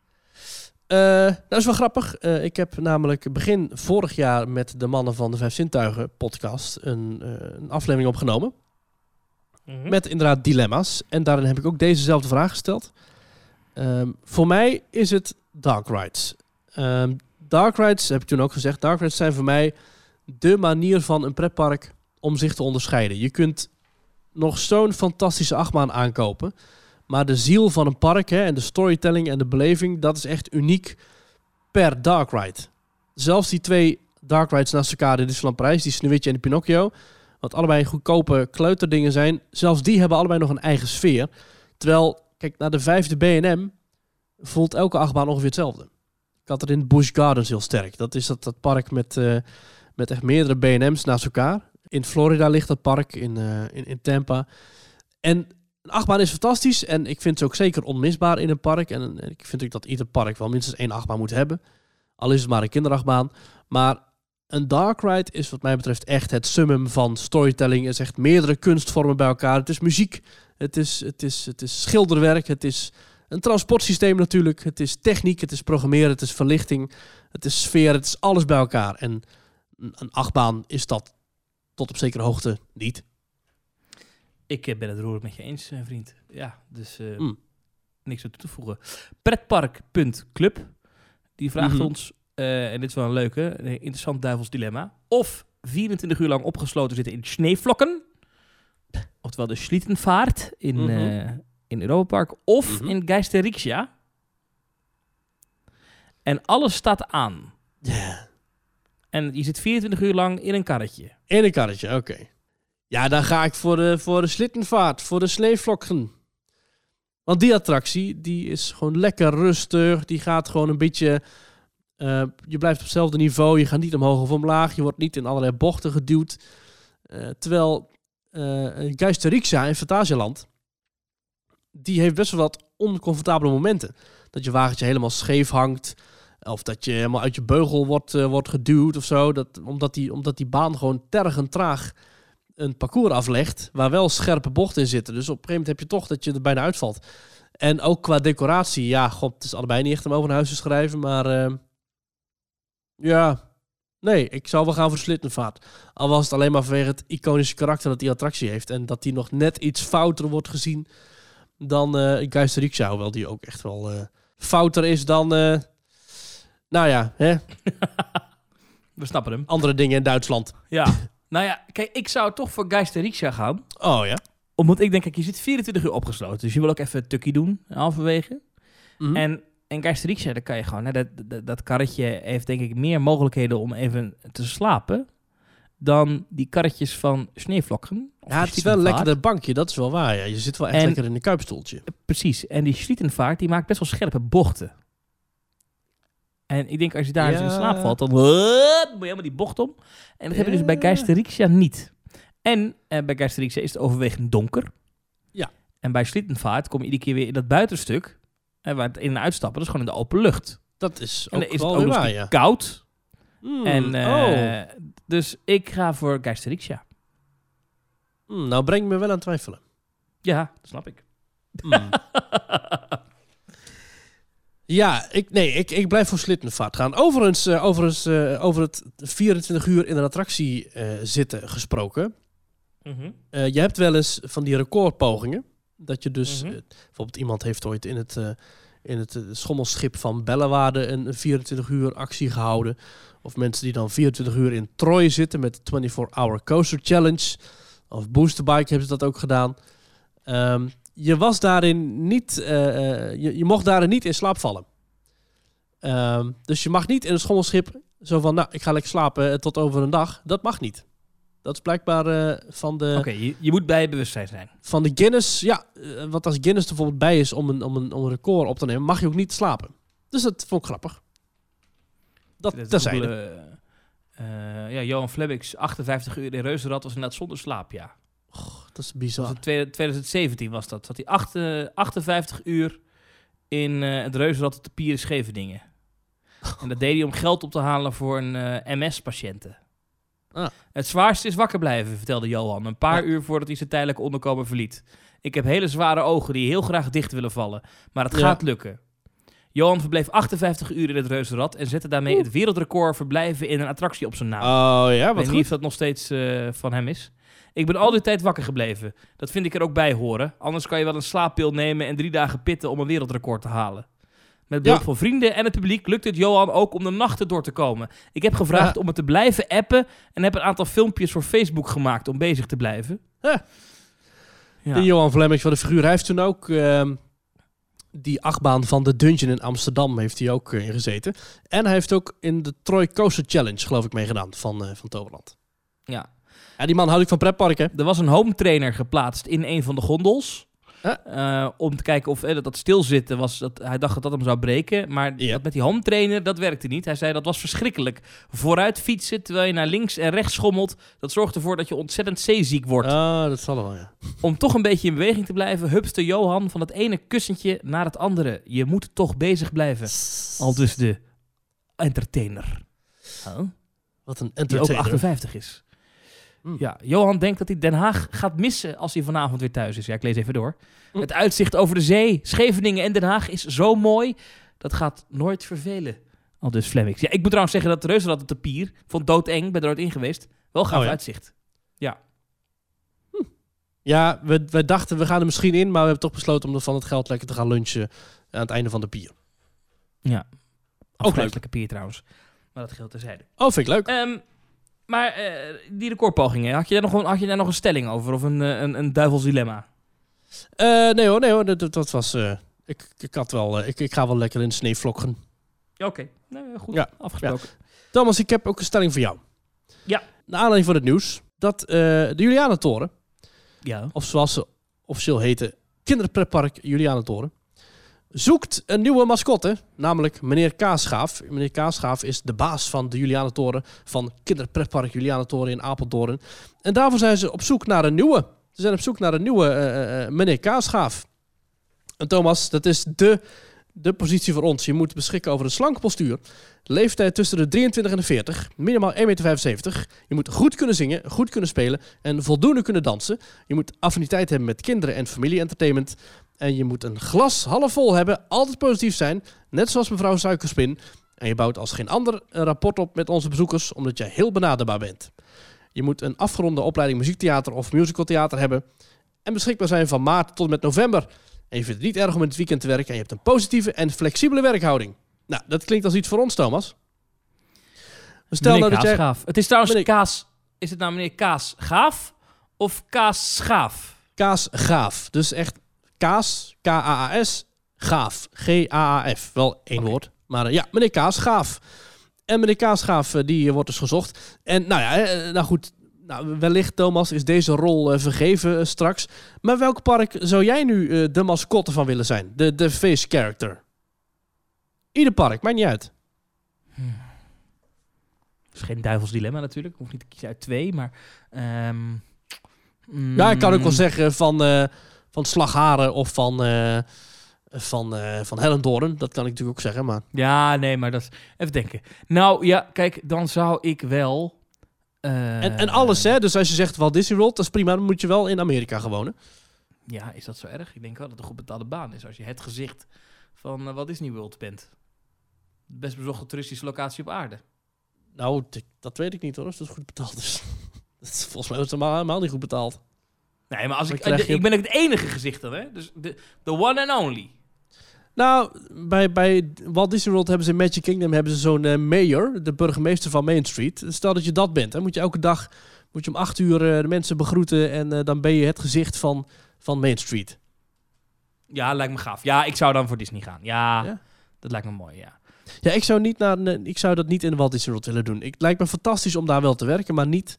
Uh, dat is wel grappig. Uh, ik heb namelijk begin vorig jaar met de mannen van de Vijf Zintuigen podcast een, uh, een aflevering opgenomen. Mm-hmm. Met inderdaad dilemma's. En daarin heb ik ook dezezelfde vraag gesteld. Um, voor mij is het Dark Rides. Um, Dark Rides, heb ik toen ook gezegd, Dark Rides zijn voor mij de manier van een pretpark om zich te onderscheiden. Je kunt nog zo'n fantastische achtbaan aankopen, maar de ziel van een park, hè, en de storytelling en de beleving, dat is echt uniek per Dark Ride. Zelfs die twee Dark Rides naast elkaar, de Disneyland Parijs, die Sneeuwwitje en de Pinocchio, wat allebei goedkope kleuterdingen zijn, zelfs die hebben allebei nog een eigen sfeer. Terwijl, kijk, naar de vijfde B en M voelt elke achtbaan ongeveer hetzelfde. Ik had het in Busch Gardens heel sterk. Dat is dat, dat park met, uh, met echt meerdere B en M's naast elkaar. In Florida ligt dat park, in, uh, in, in Tampa. En een achtbaan is fantastisch en ik vind ze ook zeker onmisbaar in een park. En, en ik vind ook dat ieder park wel minstens één achtbaan moet hebben. Al is het maar een kinderachtbaan. Maar een Dark Ride is wat mij betreft echt het summum van storytelling. Het is echt meerdere kunstvormen bij elkaar. Het is muziek, het is, het is, het is schilderwerk, het is een transportsysteem natuurlijk. Het is techniek, het is programmeren, het is verlichting, het is sfeer, het is alles bij elkaar. En een achtbaan is dat tot op zekere hoogte niet. Ik uh, ben het roerend met je eens, uh, vriend. Ja, dus uh, mm. niks aan toe te voegen. Pretpark punt club, die vraagt Mm-hmm. ons, uh, en dit is wel een leuke, een interessant duivels dilemma. Of vierentwintig uur lang opgesloten zitten in sneeuwvlokken, oftewel de Schlittenvaart in, mm-hmm. uh, in Europa Park, of mm-hmm. in Geisterixia. En alles staat aan. Yeah. En je zit vierentwintig uur lang in een karretje. In een karretje, oké. Okay. Ja, dan ga ik voor de, voor de Schlittenvaart, voor de sneeuwvlokken. Want die attractie, die is gewoon lekker rustig. Die gaat gewoon een beetje... Uh, je blijft op hetzelfde niveau. Je gaat niet omhoog of omlaag. Je wordt niet in allerlei bochten geduwd. Uh, terwijl uh, Geisterixia in Phantasialand, die heeft best wel wat oncomfortabele momenten. Dat je wagentje helemaal scheef hangt. Of dat je helemaal uit je beugel wordt, uh, wordt geduwd of zo. Dat, omdat, die, omdat die baan gewoon tergend traag een parcours aflegt, waar wel scherpe bochten in zitten. Dus op een gegeven moment heb je toch dat je er bijna uitvalt. En ook qua decoratie, ja, god, het is allebei niet echt om over naar huis te schrijven, maar uh, ja, nee, ik zou wel gaan voor de Schlittenvaart. Al was het alleen maar vanwege het iconische karakter dat die attractie heeft en dat die nog net iets fouter wordt gezien dan uh, Geisterixia, hoewel die ook echt wel uh, fouter is dan, uh, nou ja, hè? We snappen hem. Andere dingen in Duitsland. Ja. Nou ja, kijk, ik zou toch voor Geisterixia gaan. Oh ja? Omdat ik denk, kijk, je zit vierentwintig uur opgesloten. Dus je wil ook even een tukkie doen, halverwege. Mm-hmm. En, en Geisterixia, daar kan je gewoon... Hè, dat, dat, dat karretje heeft denk ik meer mogelijkheden om even te slapen dan die karretjes van Sneeuwvlokken. Ja, het is wel een lekkerder bankje, dat is wel waar. Ja. Je zit wel echt en, lekker in een kuipstoeltje. Precies. En die Schlittenvaart, die maakt best wel scherpe bochten. En ik denk, als je daar ja. eens in slaap valt, dan uh, moet je helemaal die bocht om. En dat ja. heb je dus bij Geisterixia niet. En uh, bij Geisterixia is het overwegend donker. Ja. En bij Schlittenvaart kom je iedere keer weer in dat buitenstuk. En waar het in- en uitstappen, dat is gewoon in de open lucht. Dat is En ook dan is wel het ook weer nog waar, eens ja. koud. Mm, En, uh, oh. Dus ik ga voor Geisterixia. Mm, nou breng je me wel aan het twijfelen. Ja, dat snap ik. Mm. Ja, ik, nee, ik, ik blijf voor Slittenvaart gaan. Overigens, uh, overigens uh, over het vierentwintig uur in een attractie uh, zitten gesproken. Mm-hmm. Uh, je hebt wel eens van die recordpogingen. Dat je dus, Mm-hmm. uh, bijvoorbeeld iemand heeft ooit in het, uh, in het uh, schommelschip van Bellewaarde een vierentwintig uur actie gehouden. Of mensen die dan vierentwintig uur in Troy zitten met de vierentwintig hour Coaster Challenge. Of Boosterbike hebben ze dat ook gedaan. Um, je was daarin niet, uh, uh, je, je mocht daarin niet in slaap vallen. Um, dus je mag niet in een schommelschip zo van, nou, ik ga lekker slapen tot over een dag. Dat mag niet. Dat is blijkbaar uh, van de... Oké, okay, je, je moet bij bewustzijn zijn. Van de Guinness, ja. Uh, want als Guinness er bijvoorbeeld bij is om een, om, een, om een record op te nemen, mag je ook niet slapen. Dus dat vond ik grappig. Dat terzijde. Uh, uh, ja, Johan Flemmix, achtenvijftig uur in Reuzenrad was inderdaad zonder slaap, ja. Oh, dat is bizar. Dat was in twintig zeventien was dat. Zat hij acht, uh, achtenvijftig uur in uh, het Reuzenrad op de Pier in Scheveningen. En dat deed hij om geld op te halen voor een uh, M S-patiënten. Ah. Het zwaarste is wakker blijven, vertelde Johan. Een paar ja. uur voordat hij zijn tijdelijke onderkomen verliet. Ik heb hele zware ogen die heel graag dicht willen vallen. Maar het ja. gaat lukken. Johan verbleef achtenvijftig uur in het Reuzenrad en zette daarmee Oeh. het wereldrecord verblijven in een attractie op zijn naam. Oh ja, wat Ik weet niet of dat nog steeds uh, van hem is. Ik ben al die tijd wakker gebleven. Dat vind ik er ook bij horen. Anders kan je wel een slaappil nemen en drie dagen pitten om een wereldrecord te halen. Met behulp ja. van vrienden en het publiek lukt het Johan ook om de nachten door te komen. Ik heb gevraagd ja. om het te blijven appen en heb een aantal filmpjes voor Facebook gemaakt om bezig te blijven. Ja. Ja. De Johan Flemmix van de figuur, hij heeft toen ook uh, die achtbaan van de Dungeon in Amsterdam heeft hij ook uh, in gezeten. En hij heeft ook in de Troy Coaster Challenge, geloof ik, meegedaan van, uh, van Toverland. Ja. Ja, die man houdt ik van pretparken. Er was een home trainer geplaatst in een van de gondels. Huh? Uh, om te kijken of eh, dat, dat stilzitten was. Dat, hij dacht dat dat hem zou breken. Maar ja. dat met die home trainer, dat werkte niet. Hij zei dat was verschrikkelijk. Vooruit fietsen terwijl je naar links en rechts schommelt. Dat zorgt ervoor dat je ontzettend zeeziek wordt. Ah, dat zal wel, ja. Om toch een beetje in beweging te blijven, hupste Johan van het ene kussentje naar het andere. Je moet toch bezig blijven. Al dus de entertainer. Huh? Wat een entertainer. Die ook achtenvijftig is. Mm. Ja, Johan denkt dat hij Den Haag gaat missen als hij vanavond weer thuis is. Ja, ik lees even door. Mm. Het uitzicht over de zee, Scheveningen en Den Haag is zo mooi. Dat gaat nooit vervelen. Al dus Flemmix. Ja, ik moet trouwens zeggen dat de Reuzenrad op de Pier, vond doodeng, ben er ooit in geweest. Wel gaaf oh, ja? uitzicht. Ja. Hm. Ja, we, we dachten we gaan er misschien in, maar we hebben toch besloten om van het geld lekker te gaan lunchen aan het einde van de pier. Ja. Afgrijzelijke pier trouwens. Maar dat geldt terzijde. Oh, vind ik leuk. Um, Maar uh, die recordpogingen, had je, daar nog een, had je daar nog een stelling over? Of een, een, een duivels dilemma? Uh, nee hoor, nee hoor. Dat, dat was... Uh, ik, ik had wel... Uh, ik, ik ga wel lekker in de sneeuw vlokken. Oké, okay. nee, goed. Ja. Afgesproken. Ja. Thomas, ik heb ook een stelling voor jou. Ja. Naar aanleiding van het nieuws dat uh, de Julianentoren... Ja. Of zoals ze officieel heten, Kinderpretpark Julianentoren... zoekt een nieuwe mascotte, namelijk meneer Kaasgaaf. Meneer Kaasgaaf is de baas van de Julianentoren van Kinderpretpark Julianentoren in Apeldoorn. En daarvoor zijn ze op zoek naar een nieuwe. Ze zijn op zoek naar een nieuwe uh, uh, meneer Kaasgaaf. En Thomas, dat is de, de positie voor ons. Je moet beschikken over een slank postuur. Leeftijd tussen de drieëntwintig en de veertig. Minimaal één meter vijfenzeventig. Je moet goed kunnen zingen, goed kunnen spelen en voldoende kunnen dansen. Je moet affiniteit hebben met kinderen en familie-entertainment. En je moet een glas half vol hebben, altijd positief zijn, net zoals mevrouw Suikerspin. En je bouwt als geen ander een rapport op met onze bezoekers, omdat je heel benaderbaar bent. Je moet een afgeronde opleiding muziektheater of musicaltheater hebben. En beschikbaar zijn van maart tot en met november. En je vindt het niet erg om in het weekend te werken. En je hebt een positieve en flexibele werkhouding. Nou, dat klinkt als iets voor ons, Thomas. Stel nou dat jij... Het is trouwens meneer... Kaas... Is het nou meneer Kaasgaaf of Kaasschaaf? Kaasgaaf. Dus echt... Kaas, K A A S, Gaaf, G A A F. Wel één okay. woord, maar uh, ja, meneer Kaasgaaf. En meneer Kaasgaaf, uh, die uh, wordt dus gezocht. En nou ja, uh, nou goed, nou, wellicht Thomas is deze rol uh, vergeven uh, straks. Maar welk park zou jij nu uh, de mascotte van willen zijn? De, de face character? Ieder park, maakt niet uit. Hmm. Het is geen duivels dilemma natuurlijk. Ik hoef niet te kiezen uit twee, maar... Um, mm, ja, ik kan ook wel zeggen van... Uh, Van Slagharen of van, uh, van, uh, van Hellendoorn. Dat kan ik natuurlijk ook zeggen, maar... Ja, nee, maar dat is... Even denken. Nou, ja, kijk, dan zou ik wel... Uh... En, en alles, hè? Dus als je zegt Walt Disney World, dat is prima. Dan moet je wel in Amerika gaan wonen. Ja, is dat zo erg? Ik denk wel dat het een goed betaalde baan is. Als je het gezicht van uh, Walt Disney World bent. De best bezochte toeristische locatie op aarde. Nou, t- dat weet ik niet hoor, als dat goed betaald is. Dat is volgens mij is het helemaal, helemaal niet goed betaald. Nee, maar als ik, uh, je... ik ben ook het enige gezicht dan, hè? Dus de the one and only. Nou, bij, bij Walt Disney World hebben ze in Magic Kingdom hebben ze zo'n uh, mayor, de burgemeester van Main Street. Stel dat je dat bent, dan moet je elke dag moet je om acht uur uh, de mensen begroeten en uh, dan ben je het gezicht van, van Main Street. Ja, lijkt me gaaf. Ja, ik zou dan voor Disney gaan. Ja, ja? Dat lijkt me mooi, ja. Ja, ik zou, niet naar, ik zou dat niet in de Walt Disney World willen doen. Het lijkt me fantastisch om daar wel te werken, maar niet...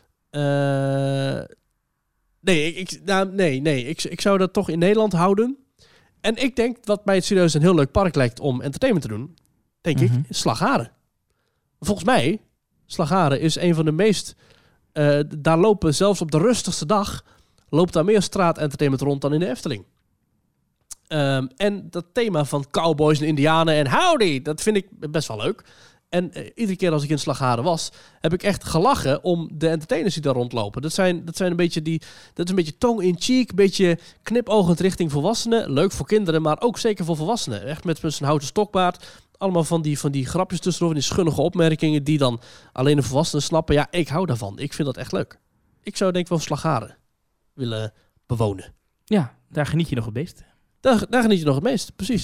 Uh, nee, ik, ik, nou, nee, nee. Ik, ik zou dat toch in Nederland houden. En ik denk wat mij het serieus een heel leuk park lijkt om entertainment te doen, denk mm-hmm. ik, is Slagharen. Volgens mij, Slagharen is een van de meest... Uh, daar lopen zelfs op de rustigste dag, loopt daar meer straatentertainment rond dan in de Efteling. Um, en dat thema van cowboys en indianen en howdy, dat vind ik best wel leuk. En uh, iedere keer als ik in Slagharen was, heb ik echt gelachen om de entertainers die daar rondlopen. Dat zijn, dat zijn een beetje die, dat is een beetje tong-in-cheek, een beetje knipoogend richting volwassenen. Leuk voor kinderen, maar ook zeker voor volwassenen. Echt met, met zijn houten stokbaard. Allemaal van die, van die grapjes tussendoor, die schunnige opmerkingen die dan alleen de volwassenen snappen. Ja, ik hou daarvan. Ik vind dat echt leuk. Ik zou denk ik wel Slagharen willen bewonen. Ja, daar geniet je nog het meest. Daar, daar geniet je nog het meest, precies.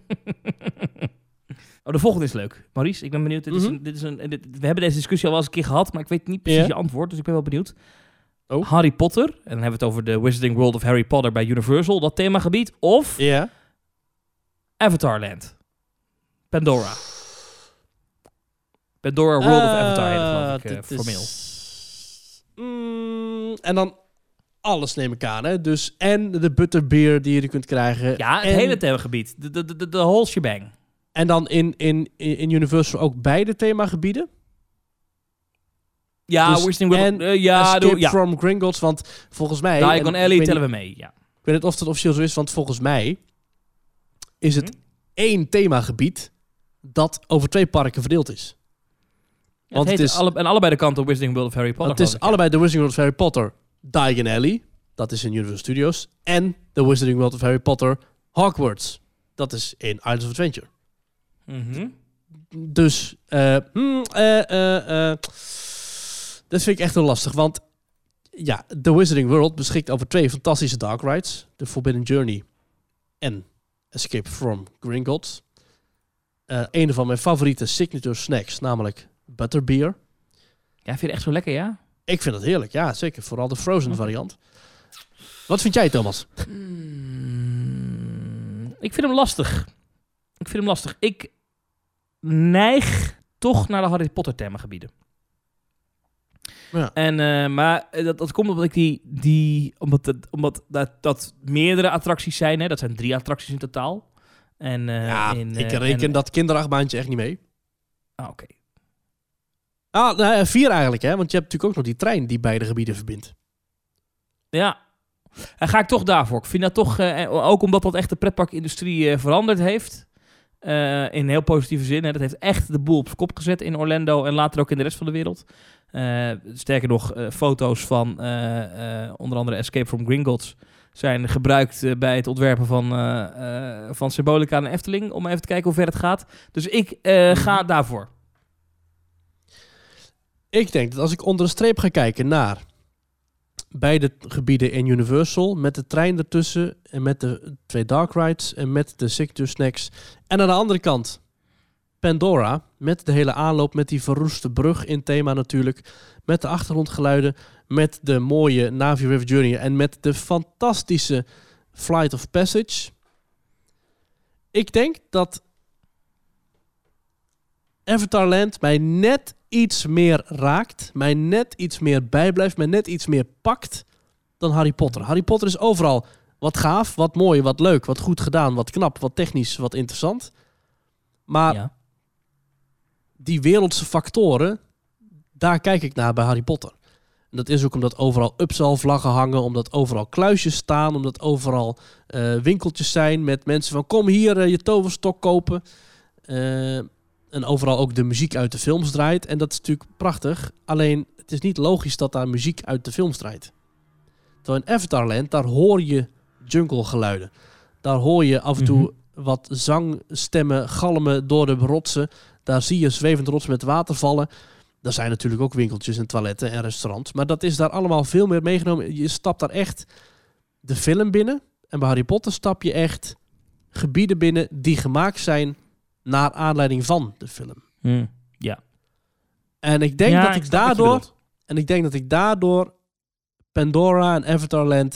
Oh, de volgende is leuk. Maurice, ik ben benieuwd. Dit is een, dit is een, dit, we hebben deze discussie al wel eens een keer gehad, maar ik weet niet precies yeah. je antwoord, dus ik ben wel benieuwd. Oh. Harry Potter, en dan hebben we het over de Wizarding World of Harry Potter bij Universal, dat themagebied, of yeah. Avatarland. Pandora. Pandora World uh, of Avatar heet het, geloof ik, uh, formeel. Is... Mm, en dan alles neem ik aan, hè? Dus en de butterbeer die je er kunt krijgen. Ja, het en... hele themagebied. De, de, de, de whole shebang. En dan in, in, in Universal ook beide themagebieden? Ja, dus Wizarding World. En uh, ja, Escape doe, ja. from Gringotts, want volgens mij... Diagon Alley tellen we mee, ja. Ik weet niet of dat officieel zo is, want volgens mij is het hm? één themagebied dat over twee parken verdeeld is. Ja, want het, het is alle, en allebei de kanten op Wizarding World of Harry Potter. Het is allebei de Wizarding World of Harry Potter Diagon Alley, dat is in Universal Studios, en de Wizarding World of Harry Potter Hogwarts, dat is in Islands of Adventure. Mm-hmm. Dus, uh, mm, uh, uh, uh, dat vind ik echt heel lastig, want ja, de Wizarding World beschikt over twee fantastische dark rides, The Forbidden Journey en Escape from Gringotts. Uh, een van mijn favoriete signature snacks, namelijk butterbeer. Ja, vind je het echt zo lekker, ja? Ik vind het heerlijk, ja, zeker. Vooral de frozen okay. variant. Wat vind jij, Thomas? Mm, ik vind hem lastig. Ik vind hem lastig. Ik neig toch naar de Harry Potter themagebieden. Ja. En, uh, maar dat, dat komt omdat ik die... die omdat het, omdat dat, dat meerdere attracties zijn. Hè? Dat zijn drie attracties in totaal. En, uh, ja, in, uh, ik reken en, dat kinderachtbaantje echt niet mee. Ah, oké. Okay. Ah, nou, vier eigenlijk, hè? Want je hebt natuurlijk ook nog die trein die beide gebieden verbindt. Ja. En ga ik toch daarvoor. Ik vind dat toch... Uh, ook omdat dat echt de pretparkindustrie uh, veranderd heeft. Uh, in heel positieve zin. Hè. Dat heeft echt de boel op zijn kop gezet in Orlando en later ook in de rest van de wereld. Uh, sterker nog, uh, foto's van uh, uh, onder andere Escape from Gringotts zijn gebruikt uh, bij het ontwerpen van, uh, uh, van Symbolica en Efteling. Om even te kijken hoe ver het gaat. Dus ik uh, ga daarvoor. Ik denk dat als ik onder de streep ga kijken naar beide gebieden in Universal, met de trein ertussen en met de twee dark rides en met de signature snacks. En aan de andere kant Pandora, met de hele aanloop, met die verroeste brug in thema natuurlijk, met de achtergrondgeluiden, met de mooie Na'vi River Journey en met de fantastische Flight of Passage. Ik denk dat Avatarland mij net iets meer raakt, mij net iets meer bijblijft, mij net iets meer pakt dan Harry Potter. Harry Potter is overal wat gaaf, wat mooi, wat leuk, wat goed gedaan, wat knap, wat technisch, wat interessant. Maar ja. die wereldse factoren, daar kijk ik naar bij Harry Potter. Dat is ook omdat overal upsell-vlaggen hangen, omdat overal kluisjes staan, omdat overal uh, winkeltjes zijn met mensen van kom hier uh, je toverstok kopen. Uh, en overal ook de muziek uit de films draait. En dat is natuurlijk prachtig. Alleen het is niet logisch dat daar muziek uit de films draait. Terwijl in Avatarland, daar hoor je junglegeluiden. Daar hoor je af en toe mm-hmm. wat zangstemmen galmen door de rotsen. Daar zie je zwevend rotsen met watervallen. Er zijn natuurlijk ook winkeltjes en toiletten en restaurants. Maar dat is daar allemaal veel meer meegenomen. Je stapt daar echt de film binnen. En bij Harry Potter stap je echt gebieden binnen die gemaakt zijn naar aanleiding van de film. Mm, ja. En ik denk ja, dat ik, ik daardoor... En ik denk dat ik daardoor Pandora en Avatarland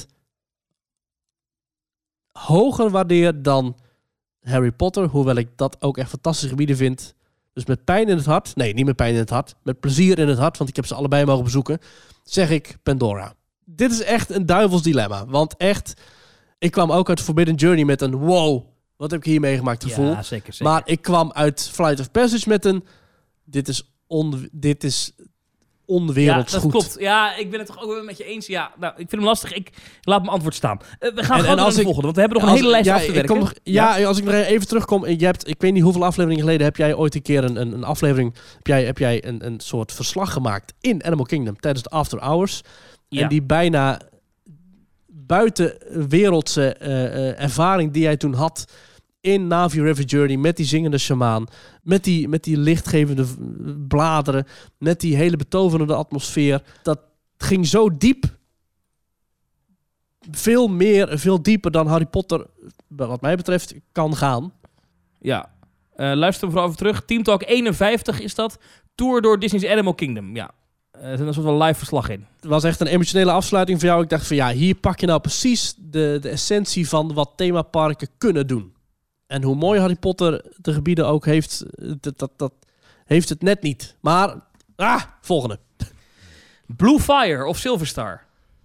hoger waardeer dan Harry Potter. Hoewel ik dat ook echt fantastische gebieden vind. Dus met pijn in het hart... Nee, niet met pijn in het hart. Met plezier in het hart, want ik heb ze allebei mogen bezoeken. Zeg ik Pandora. Dit is echt een duivels dilemma. Want echt... Ik kwam ook uit Forbidden Journey met een wow... Wat heb ik hier meegemaakt gevoel? Ja, zeker, zeker. Maar ik kwam uit Flight of Passage met een... Dit is, on, dit is onwerelds ja, dat goed. Klopt. Ja, ik ben het toch ook wel met je eens. Ja, nou, ik vind hem lastig. Ik laat mijn antwoord staan. Uh, we gaan en, gewoon naar de volgende, want we hebben nog een hele lijst ja, af te werken. Kom nog, ja, ja, als ik nog even terugkom. Je hebt, ik weet niet hoeveel afleveringen geleden heb jij ooit een keer een, een, een aflevering... Heb jij, heb jij een, een soort verslag gemaakt in Animal Kingdom tijdens de After Hours. Ja. En die bijna buitenwereldse uh, uh, ervaring die jij toen had... in Na'vi River Journey, met die zingende sjamaan, met die, met die lichtgevende bladeren, met die hele betoverende atmosfeer. Dat ging zo diep. Veel meer, veel dieper dan Harry Potter, wat mij betreft, kan gaan. Ja. Uh, luister vooral even terug. Team Talk eenenvijftig is dat. Tour door Disney's Animal Kingdom. Ja. Uh, er zit een soort van live verslag in. Het was echt een emotionele afsluiting voor jou. Ik dacht van ja, hier pak je nou precies de, de essentie van wat themaparken kunnen doen. En hoe mooi Harry Potter de gebieden ook heeft, dat, dat, dat heeft het net niet. Maar, ah, volgende. Blue Fire of Silver Star?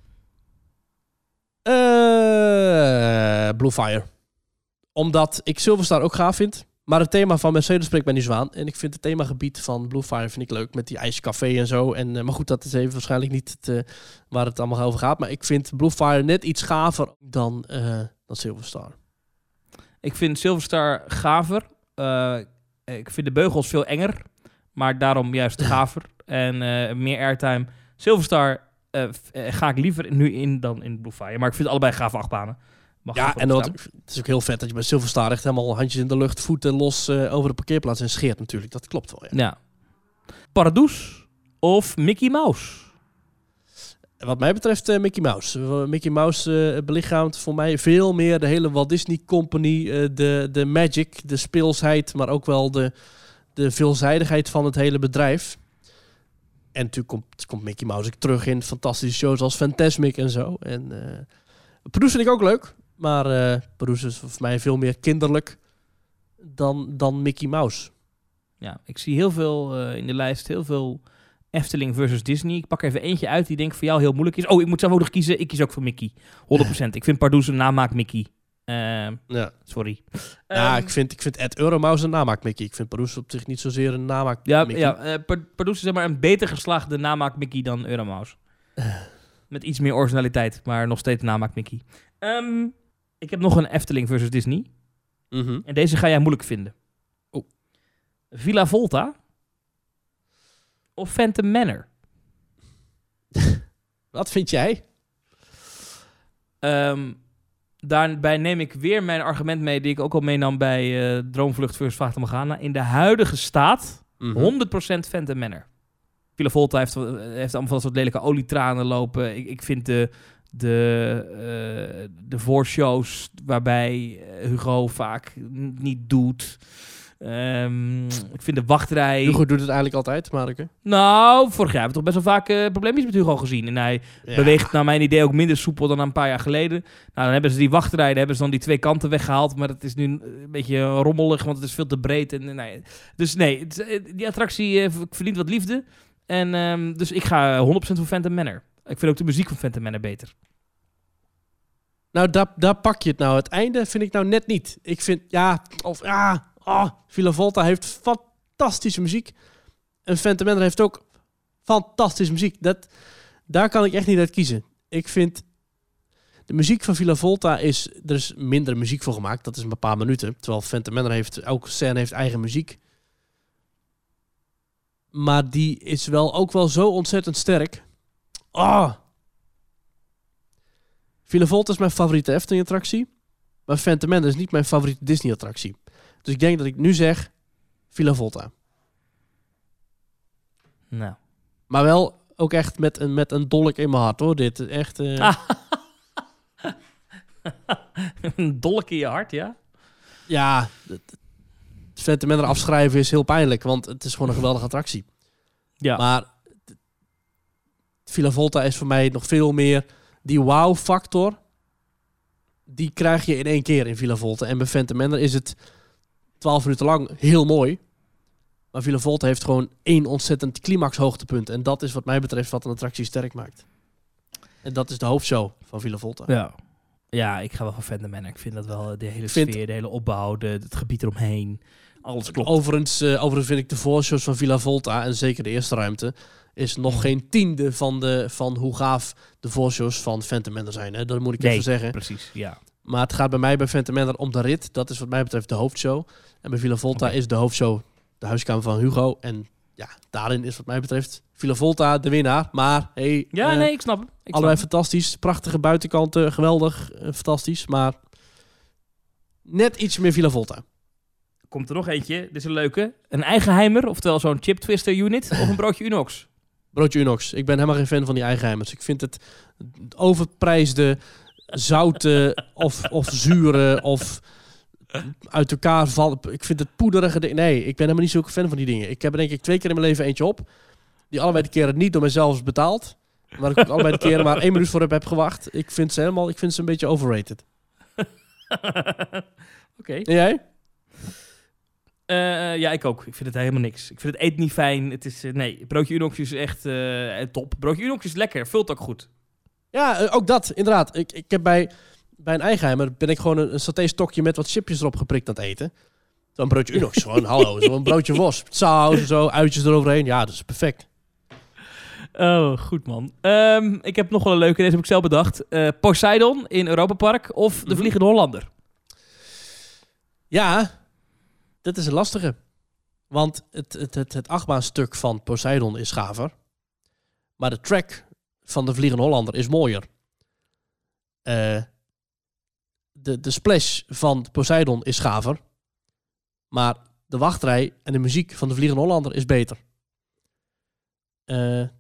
Uh, Blue Fire. Omdat ik Silver Star ook gaaf vind. Maar het thema van Mercedes spreekt mij niet zo aan. En ik vind het themagebied van Blue Fire vind ik leuk. Met die ijscafé en zo. En, uh, maar goed, dat is even waarschijnlijk niet het, uh, waar het allemaal over gaat. Maar ik vind Blue Fire net iets gaver dan, uh, dan Silver Star. Ik vind Silver Star gaver. Uh, ik vind de beugels veel enger. Maar daarom juist gaver. En uh, meer airtime. Silver Star uh, f- uh, ga ik liever nu in dan in Blue Fire. Maar ik vind allebei gave achtbanen. Mag ja, en wat, het is ook heel vet dat je bij Silver Star echt helemaal handjes in de lucht, voeten los uh, over de parkeerplaats en scheert natuurlijk. Dat klopt wel, ja. ja. Pardoes of Mickey Mouse? Wat mij betreft uh, Mickey Mouse. Uh, Mickey Mouse uh, belichaamt voor mij veel meer de hele Walt Disney Company. Uh, de, de magic, de speelsheid, maar ook wel de, de veelzijdigheid van het hele bedrijf. En natuurlijk komt, komt Mickey Mouse ook terug in fantastische shows als Fantasmic en zo. En uh, Pardoes vind ik ook leuk. Maar uh, Pardoes is voor mij veel meer kinderlijk dan, dan Mickey Mouse. Ja, ik zie heel veel uh, in de lijst, heel veel Efteling versus Disney. Ik pak even eentje uit die denk ik voor jou heel moeilijk is. Oh, ik moet zelf ook nog kiezen. Ik kies ook voor Mickey. honderd procent. Ik vind Pardoes een namaak Mickey. Uh, ja. Sorry. Ja, um, ik vind, ik vind Ed Euromouse een namaak Mickey. Ik vind Pardoes op zich niet zozeer een namaak ja, Mickey. Ja, uh, Pardoes is zeg maar een beter geslaagde namaak Mickey dan Euromouse. Met iets meer originaliteit, maar nog steeds namaak Mickey. Um, ik heb nog een Efteling versus Disney. Mm-hmm. En deze ga jij moeilijk vinden. Oh. Villa Volta of Phantom Manor? Wat vind jij? Um, daarbij neem ik weer mijn argument mee die ik ook al meenam bij uh, Droomvlucht versus Fata Morgana. In de huidige staat mm-hmm. honderd procent Phantom Manor. Villa Volta heeft, heeft allemaal van dat soort lelijke olietranen lopen. Ik, ik vind de, de, uh, de voorshows waarbij Hugo vaak n- niet doet. Um, ik vind de wachtrij... Hugo doet het eigenlijk altijd, Marike. Nou, vorig jaar hebben we toch best wel vaak uh, probleempjes met Hugo gezien. En hij ja. beweegt naar mijn idee ook minder soepel dan een paar jaar geleden. Nou, dan hebben ze die wachtrij, dan hebben ze dan die twee kanten weggehaald. Maar dat is nu een beetje rommelig, want het is veel te breed. En, nee. Dus nee, het, die attractie uh, verdient wat liefde. En um, dus ik ga honderd procent voor Phantom Manor. Ik vind ook de muziek van Phantom Manor beter. Nou, daar, daar pak je het nou. Het einde vind ik nou net niet. Ik vind, ja, of ja... Oh, Villa Volta heeft fantastische muziek. En Phantom Manor heeft ook fantastische muziek. Dat, daar kan ik echt niet uit kiezen. Ik vind... De muziek van Villa Volta is... Er is minder muziek voor gemaakt. Dat is een paar minuten. Terwijl Phantom Manor heeft... Elke scène heeft eigen muziek. Maar die is wel ook wel zo ontzettend sterk. Ah! Villa Volta is mijn favoriete Efteling-attractie. Maar Phantom Manor is niet mijn favoriete Disney-attractie. Dus ik denk dat ik nu zeg... Villa Volta. Nou. Maar wel ook echt met een, met een dolk in mijn hart, hoor. Dit is echt... Uh... Ah. Een dolk in je hart, ja? Ja, het Phantom Manor afschrijven is heel pijnlijk, want het is gewoon een geweldige attractie. Ja. Maar Villa Volta is voor mij nog veel meer die wow-factor. Die krijg je in één keer in Villa Volta. En bij Phantom Manor is het twaalf minuten lang heel mooi. Maar Villa Volta heeft gewoon één ontzettend climax hoogtepunt. En dat is wat mij betreft wat een attractie sterk maakt. En dat is de hoofdshow van Villa Volta. Ja. Ja, ik ga wel van Phantom Manor. Ik vind dat wel de hele vind... sfeer, de hele opbouw, de, het gebied eromheen. Alles klopt. Overigens, uh, overigens vind ik de voorshows van Villa Volta, en zeker de eerste ruimte, is nog geen tiende van, de, van hoe gaaf de voorshows van Phantom Manor zijn. Hè? Dat moet ik nee, even zeggen. Precies, ja. Maar het gaat bij mij bij Phantom Manor om de rit. Dat is wat mij betreft de hoofdshow. En bij Villa Volta okay. is de hoofdshow de huiskamer van Hugo. En ja, daarin is wat mij betreft Villa Volta de winnaar. Maar hey, ja, uh, nee, ik snap het. Ik allebei snap fantastisch. Prachtige buitenkanten, geweldig, uh, fantastisch. Maar net iets meer Villa Volta. Komt er nog eentje. Dit is een leuke. Een eigenheimer, oftewel zo'n chip twister unit of een broodje Unox. Broodje Unox. Ik ben helemaal geen fan van die eigenheimers. Ik vind het overprijsde, zoute of, of zure of uit elkaar vallen. Ik vind het poederige. De- nee, ik ben helemaal niet zo'n fan van die dingen. Ik heb er denk ik twee keer in mijn leven eentje op. Die allebei de keren niet door mezelf betaald. Maar ik ook allebei de keren maar één minuut voor heb, heb gewacht. Ik vind ze helemaal, ik vind ze een beetje overrated. Oké. Okay. En jij? Uh, ja, ik ook. Ik vind het helemaal niks. Ik vind het eten niet fijn. Het is, uh, nee, broodje Unox is echt uh, top. Broodje Unox is lekker. Vult ook goed. Ja, uh, ook dat. Inderdaad. Ik, ik heb bij, bij een eigenheimer ben ik gewoon een, een saté-stokje met wat chipjes erop geprikt aan het eten. Zo'n broodje Unox. Gewoon, hallo. Zo'n broodje worst. Saus en zo. Uitjes eroverheen. Ja, dat is perfect. Oh, goed man. Um, ik heb nog wel een leuke. Deze heb ik zelf bedacht. Uh, Poseidon in Europa Park of de mm-hmm. Vliegende Hollander? Ja, dat is een lastige. Want het, het, het, het achtbaanstuk van Poseidon is gaver. Maar de track van de Vliegende Hollander is mooier. Uh, de, de splash van Poseidon is gaver. Maar de wachtrij en de muziek van de Vliegende Hollander is beter. Uh,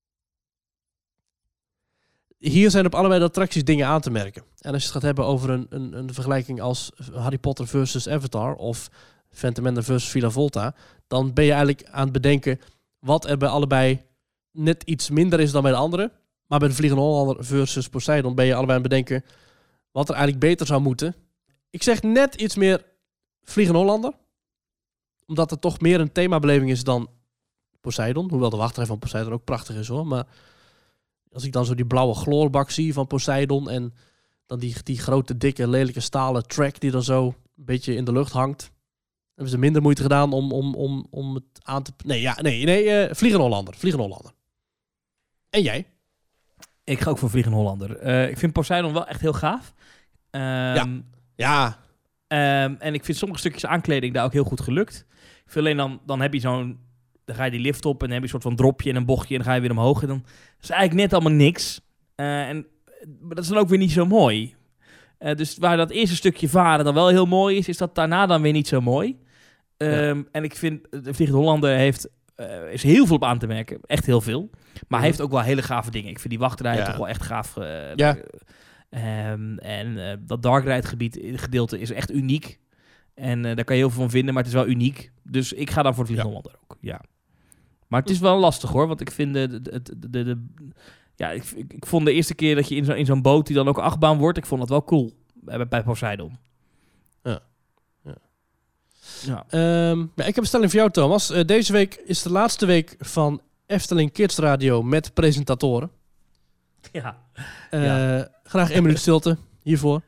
hier zijn op allebei de attracties dingen aan te merken. En als je het gaat hebben over een, een, een vergelijking als Harry Potter versus Avatar of Phantom Manor versus Villa Volta, dan ben je eigenlijk aan het bedenken wat er bij allebei net iets minder is dan bij de andere. Maar bij de Vliegende Hollander versus Poseidon ben je allebei aan het bedenken wat er eigenlijk beter zou moeten. Ik zeg net iets meer Vliegende Hollander, omdat het toch meer een themabeleving is dan Poseidon. Hoewel de wachtrij van Poseidon ook prachtig is hoor. Maar als ik dan zo die blauwe gloorbak zie van Poseidon en dan die, die grote, dikke, lelijke stalen track die dan zo een beetje in de lucht hangt, hebben ze minder moeite gedaan om, om, om, om het aan te... Nee, ja, nee, nee uh, Vliegende Hollander. Vliegende Hollander. En jij? Ik ga ook voor Vliegende Hollander. Uh, ik vind Poseidon wel echt heel gaaf. Um, ja. Ja. Um, en ik vind sommige stukjes aankleding daar ook heel goed gelukt. Ik vind alleen dan, dan heb je zo'n... Dan ga je die lift op en dan heb je een soort van dropje en een bochtje en dan ga je weer omhoog. En dan is eigenlijk net allemaal niks. Uh, en, maar dat is dan ook weer niet zo mooi. Uh, dus waar dat eerste stukje varen dan wel heel mooi is, is dat daarna dan weer niet zo mooi. Um, ja. En ik vind, de Vliegende Hollander heeft, uh, is heel veel op aan te merken. Echt heel veel. Maar ja. heeft ook wel hele gave dingen. Ik vind die wachtrij ja. toch wel echt gaaf. Uh, ja. Um, en uh, dat dark ride gebied gedeelte is echt uniek. En uh, daar kan je heel veel van vinden, maar het is wel uniek. Dus ik ga dan voor het Vliegende ja. Hollander ook. Ja. Maar het is wel lastig hoor, want ik vind de, de, de, de, de ja, ik, ik, ik vond de eerste keer dat je in, zo, in zo'n boot die dan ook achtbaan wordt, ik vond dat wel cool bij, bij Poseidon. Ja. ja. ja. Um, ja ik heb een stelling voor jou, Thomas. Uh, deze week is de laatste week van Efteling Kids Radio met presentatoren. Ja. Uh, ja. Graag één minuut stilte hiervoor.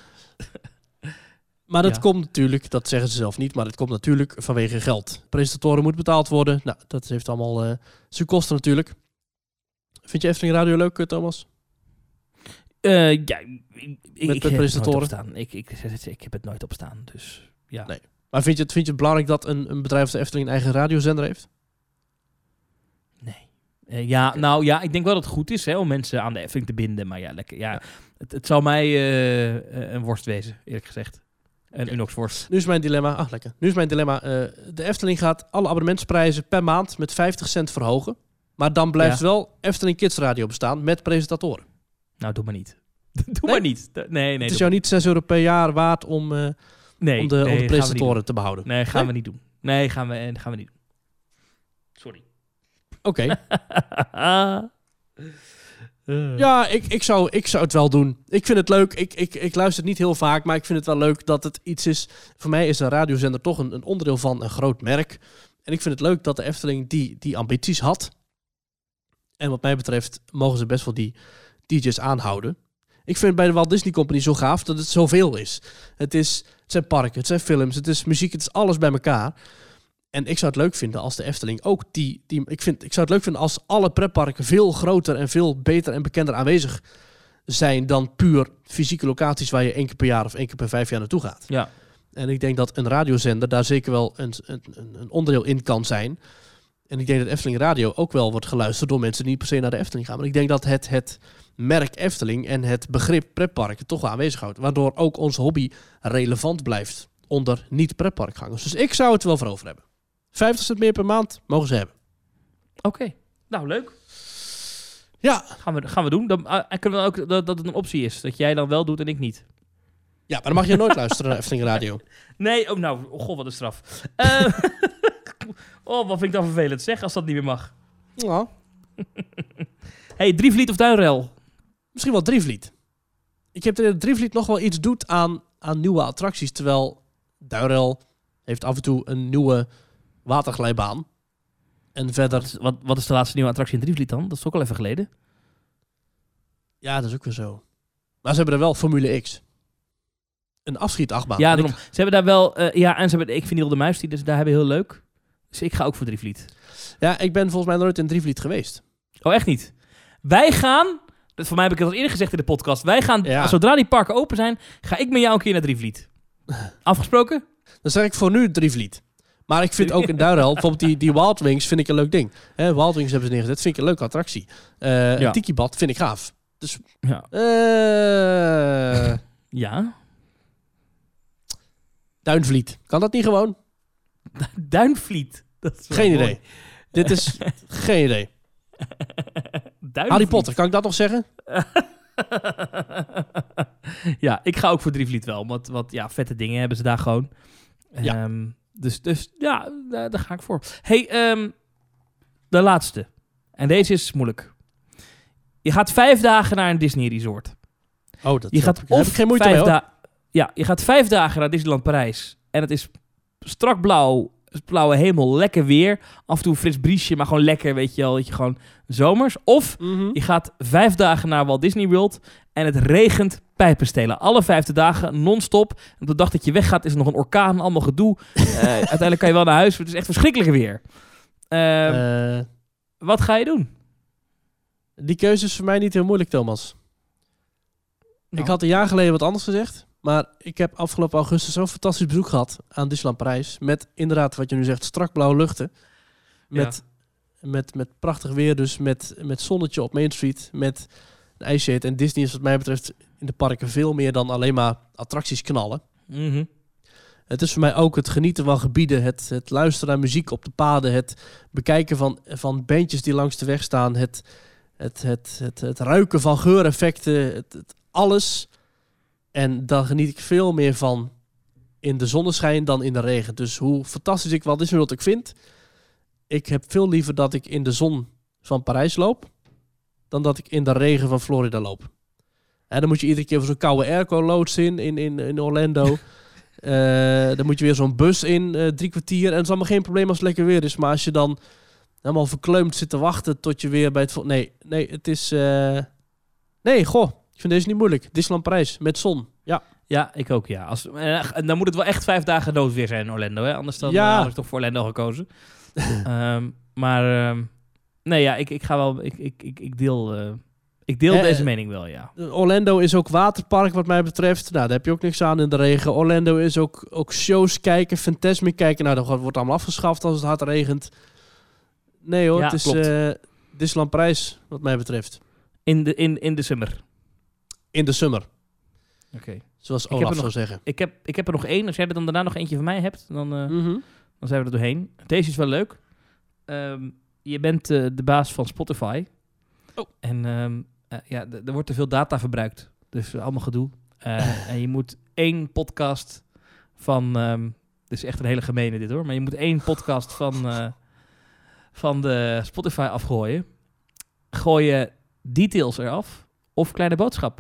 Maar dat ja. komt natuurlijk, dat zeggen ze zelf niet, maar het komt natuurlijk vanwege geld. Presentatoren moeten betaald worden. Nou, dat heeft allemaal uh, zijn kosten natuurlijk. Vind je Efteling Radio leuk, Thomas? Uh, ja, ik, ik, met, ik met presentatoren? Heb ik, ik, ik, ik heb het nooit op staan, dus ja. Nee. Maar vind je het, vind je het belangrijk dat een, een bedrijf als de Efteling een eigen radiozender heeft? Nee. Uh, ja, okay. Nou ja, ik denk wel dat het goed is hè, om mensen aan de Efteling te binden. Maar ja, lekker, ja, ja. Het, het zal mij uh, een worst wezen, eerlijk gezegd. Een okay. Unox-worst. Nu is mijn dilemma... Ach, lekker. Nu is mijn dilemma... Uh, de Efteling gaat alle abonnementsprijzen per maand met vijftig cent verhogen. Maar dan blijft ja. wel Efteling Kids Radio bestaan met presentatoren. Nou, doe maar niet. doe nee? maar niet. Nee, nee. Het is jou niet zes euro per jaar waard om, uh, nee, om, de, nee, om de presentatoren te behouden. Nee, gaan nee? we niet doen. Nee, gaan we, gaan we niet doen. Sorry. Oké. Okay. uh. Ja, ik, ik, zou, ik zou het wel doen. Ik vind het leuk. Ik, ik, ik luister het niet heel vaak, maar ik vind het wel leuk dat het iets is. Voor mij is een radiozender toch een, een onderdeel van een groot merk. En ik vind het leuk dat de Efteling die, die ambities had. En wat mij betreft mogen ze best wel die D J's aanhouden. Ik vind bij de Walt Disney Company zo gaaf dat het zoveel is. Het, is. het zijn parken, het zijn films, het is muziek, het is alles bij elkaar. En ik zou het leuk vinden als de Efteling ook die... die ik, vind, ik zou het leuk vinden als alle pretparken veel groter en veel beter en bekender aanwezig zijn dan puur fysieke locaties waar je één keer per jaar of één keer per vijf jaar naartoe gaat. Ja. En ik denk dat een radiozender daar zeker wel een, een, een onderdeel in kan zijn. En ik denk dat Efteling Radio ook wel wordt geluisterd door mensen die niet per se naar de Efteling gaan. Maar ik denk dat het, het merk Efteling en het begrip pretparken toch wel aanwezig houdt. Waardoor ook onze hobby relevant blijft onder niet-pretparkgangers. Dus ik zou het wel voor over hebben. vijftig cent meer per maand mogen ze hebben. Oké, okay. Nou leuk. Ja. Gaan we, gaan we doen. Dan uh, kunnen we ook dat, dat het een optie is. Dat jij dan wel doet en ik niet. Ja, maar dan mag je nooit luisteren naar Efteling Radio. Nee, oh nou, oh god, wat een straf. Uh, oh, wat vind ik dan vervelend zeg, als dat niet meer mag. Ja. Hey, Drievliet of Duinrel? Misschien wel Drievliet. Ik heb dat Drievliet nog wel iets doet aan, aan nieuwe attracties, terwijl Duinrel heeft af en toe een nieuwe waterglijbaan. En verder... Wat is, wat, wat is de laatste nieuwe attractie in Drievliet dan? Dat is ook al even geleden. Ja, dat is ook weer zo. Maar ze hebben er wel Formule X. Een afschietachtbaan. Ja, daarom. Ik... Ze hebben daar wel... Uh, ja, en ze hebben... Ik vind Niel de Muis die dus daar hebben heel leuk. Dus ik ga ook voor Drievliet. Ja, ik ben volgens mij nooit in Drievliet geweest. Oh, echt niet? Wij gaan... Voor mij heb ik het al eerder gezegd in de podcast. Wij gaan... Ja. Zodra die parken open zijn, ga ik met jou een keer naar Drievliet. Afgesproken? Dan zeg ik voor nu Drievliet. Maar ik vind ook in Duinrel, bijvoorbeeld die, die Wild Wings vind ik een leuk ding. Hè, Wild Wings hebben ze neergezet, vind ik een leuke attractie. Uh, ja. Een Tiki-bad vind ik gaaf. Dus... Ja. Uh, ja. Duinvliet. Kan dat niet gewoon? Duinvliet? Dat is geen mooi. idee. Dit is geen idee. Harry Potter, kan ik dat nog zeggen? Ja, ik ga ook voor Drievliet wel. Want wat ja, vette dingen hebben ze daar gewoon. Ja. Um, dus, dus ja, daar, daar ga ik voor. Hey, um, de laatste. En deze is moeilijk. Je gaat vijf dagen naar een Disney resort. Oh, dat je gaat heb ik, heb ik geen moeite mee, hoor. Da- ja, je gaat vijf dagen naar Disneyland Parijs. En het is strak blauw, blauwe hemel, lekker weer. Af en toe een fris briesje, maar gewoon lekker, weet je wel. Dat je gewoon zomers. Of mm-hmm. je gaat vijf dagen naar Walt Disney World en het regent pijpenstelen. Alle vijfde dagen, non-stop. En op de dag dat je weggaat is er nog een orkaan, allemaal gedoe. uh, uiteindelijk kan je wel naar huis. Het is echt verschrikkelijk weer. Uh, uh, wat ga je doen? Die keuze is voor mij niet heel moeilijk, Thomas. Nou. Ik had een jaar geleden wat anders gezegd. Maar ik heb afgelopen augustus zo'n fantastisch bezoek gehad aan Disneyland Parijs. Met inderdaad, wat je nu zegt, strak blauwe luchten. Met, ja. met, met prachtig weer, dus met, met zonnetje op Main Street. Met een ijsshade. En Disney is wat mij betreft in de parken veel meer dan alleen maar attracties knallen. Mm-hmm. Het is voor mij ook het genieten van gebieden. Het, het luisteren naar muziek op de paden. Het bekijken van, van bandjes die langs de weg staan. Het, het, het, het, het ruiken van geureffecten. Het, het, alles... En dan geniet ik veel meer van in de zonneschijn dan in de regen. Dus hoe fantastisch ik Walt Disney World ook vind. Ik heb veel liever dat ik in de zon van Parijs loop. Dan dat ik in de regen van Florida loop. En dan moet je iedere keer voor zo'n koude airco-loods in, in, in, in Orlando. uh, dan moet je weer zo'n bus in, uh, drie kwartier. En het is allemaal geen probleem als het lekker weer is. Maar als je dan helemaal verkleumd zit te wachten tot je weer bij het... Vo- nee, nee, het is... Uh... Nee, goh. Ik vind deze niet moeilijk. Disneyland Parijs met zon. Ja. Ja, ik ook, ja. Als, en dan moet het wel echt vijf dagen noodweer zijn in Orlando, hè? Anders dan ja. uh, had ik toch voor Orlando gekozen. um, maar um, Nee, ja, ik, ik ga wel... Ik, ik, ik, ik deel, uh, ik deel uh, deze mening wel, ja. Orlando is ook waterpark wat mij betreft. Nou, daar heb je ook niks aan in de regen. Orlando is ook, ook shows kijken, Fantasmic kijken. Nou, dat wordt allemaal afgeschaft als het hard regent. Nee hoor, ja, het is uh, Disneyland Parijs wat mij betreft. In de, in, in de summer? In de summer. Oké. Okay. Zoals Olaf zou nog, zeggen. Ik heb, ik heb er nog één. Als jij er dan daarna nog eentje van mij hebt, dan, uh, mm-hmm. dan zijn we er doorheen. Deze is wel leuk. Um, je bent uh, de baas van Spotify. Oh. En um, uh, ja, d- er wordt te veel data verbruikt. Dus uh, allemaal gedoe. Uh, en je moet één podcast van... Um, dit is echt een hele gemene dit hoor. Maar je moet één podcast van, uh, van de Spotify afgooien. Gooi je Details eraf of Kleine Boodschap?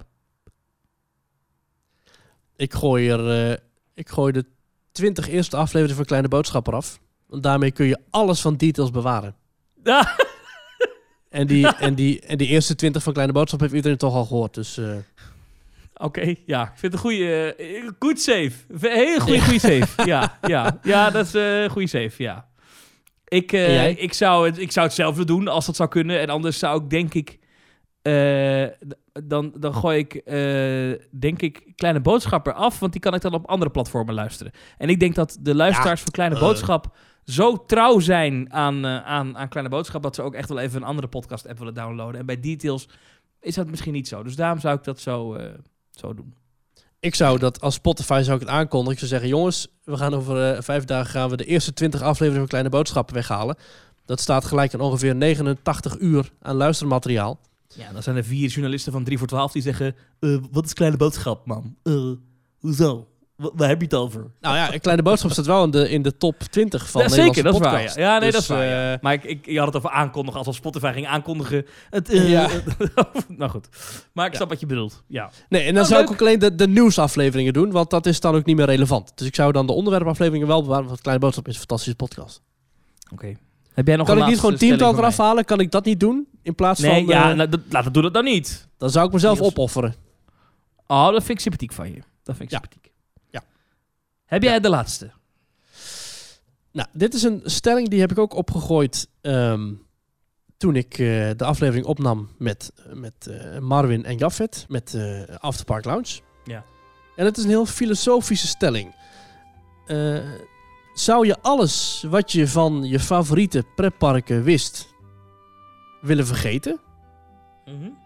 Ik gooi er... Uh, ik gooi de twintig eerste afleveringen van Kleine Boodschap eraf. Want daarmee kun je alles van Details bewaren. Ja. En, die, en, die, en die eerste twintig van Kleine Boodschap heeft iedereen toch al gehoord. Dus... Uh... Oké, okay, ja. Ik vind het een goede... Uh, goed save. Heel goede, goede save. Ja, ja. Ja, dat is een uh, goede save, ja. Ik, uh, ik, zou het, ik zou hetzelfde doen als dat zou kunnen. En anders zou ik, denk ik... Uh, dan, dan gooi ik, uh, denk ik, Kleine Boodschap eraf. Want die kan ik dan op andere platformen luisteren. En ik denk dat de luisteraars ja, van Kleine uh. Boodschap... zo trouw zijn aan, uh, aan, aan Kleine Boodschap... dat ze ook echt wel even een andere podcast-app willen downloaden. En bij Details is dat misschien niet zo. Dus daarom zou ik dat zo, uh, zo doen. Ik zou dat als Spotify zou ik het aankondigen. Ik zou zeggen, jongens, we gaan over uh, vijf dagen... gaan we de eerste twintig afleveringen van Kleine Boodschappen weghalen. Dat staat gelijk aan ongeveer negenentachtig uur aan luistermateriaal. Ja, dan zijn er vier journalisten van drie voor twaalf die zeggen... Uh, wat is Kleine Boodschap, man? Uh, hoezo? W- waar heb je het over? Nou ja, een Kleine Boodschap staat wel in de, in de top twintig van ja, Nederlandse zeker, dat podcast. is waar. Ja, ja nee, dus, dat is waar. Uh, ja. Maar ik, ik, je had het over aankondigen als Spotify ging aankondigen. Het, uh, ja. nou goed. Maar ik snap ja. wat je bedoelt. Ja. Nee, en dan oh, zou leuk. ik ook alleen de, de nieuwsafleveringen doen, want dat is dan ook niet meer relevant. Dus ik zou dan de onderwerpafleveringen wel bewaren, want Kleine Boodschap is een fantastische podcast. Oké. Okay. Heb jij nog kan een ik niet gewoon tiental eraf halen? Kan ik dat niet doen? In plaats nee, van... ja, uh, nou, dat, laat het doen dat dan niet. Dan zou ik mezelf Niels. opofferen. Oh, dat vind ik sympathiek van je. Dat vind ik ja. sympathiek. Ja. Heb jij ja. de laatste? Nou, dit is een stelling die heb ik ook opgegooid um, toen ik uh, de aflevering opnam met, met uh, Marvin en Jaffet, met uh, Afterpark Lounge. Ja. En het is een heel filosofische stelling. Uh, zou je alles wat je van je favoriete pretparken wist willen vergeten? Mm-hmm.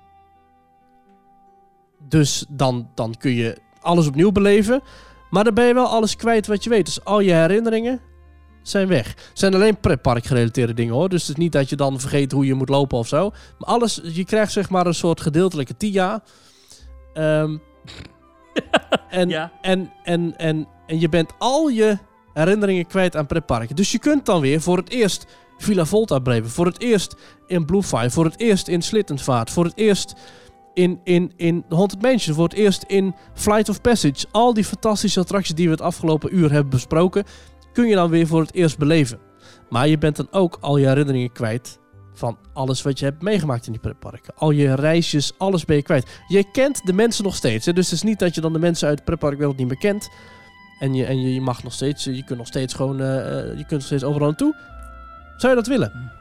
Dus dan, dan kun je alles opnieuw beleven. Maar dan ben je wel alles kwijt wat je weet. Dus al je herinneringen zijn weg. Het zijn alleen pretpark gerelateerde dingen hoor. Dus het is niet dat je dan vergeet hoe je moet lopen of zo. Maar alles, je krijgt zeg maar een soort gedeeltelijke T I A. Um, en, ja. en, en, en, en je bent al je herinneringen kwijt aan pretparken. Dus je kunt dan weer voor het eerst Villa Volta beleven. Voor het eerst in Bluefire. Voor het eerst in Slittenvaart. Voor het eerst in, in, in Haunted Mansion. Voor het eerst in Flight of Passage. Al die fantastische attracties die we het afgelopen uur hebben besproken, kun je dan weer voor het eerst beleven. Maar je bent dan ook al je herinneringen kwijt van alles wat je hebt meegemaakt in die pretparken. Al je reisjes, alles ben je kwijt. Je kent de mensen nog steeds. Hè? Dus het is niet dat je dan de mensen uit de pretparkwereld niet meer kent. En je, en je, je mag nog steeds, je kunt nog steeds gewoon, uh, je kunt nog steeds overal naartoe. Zou je dat willen?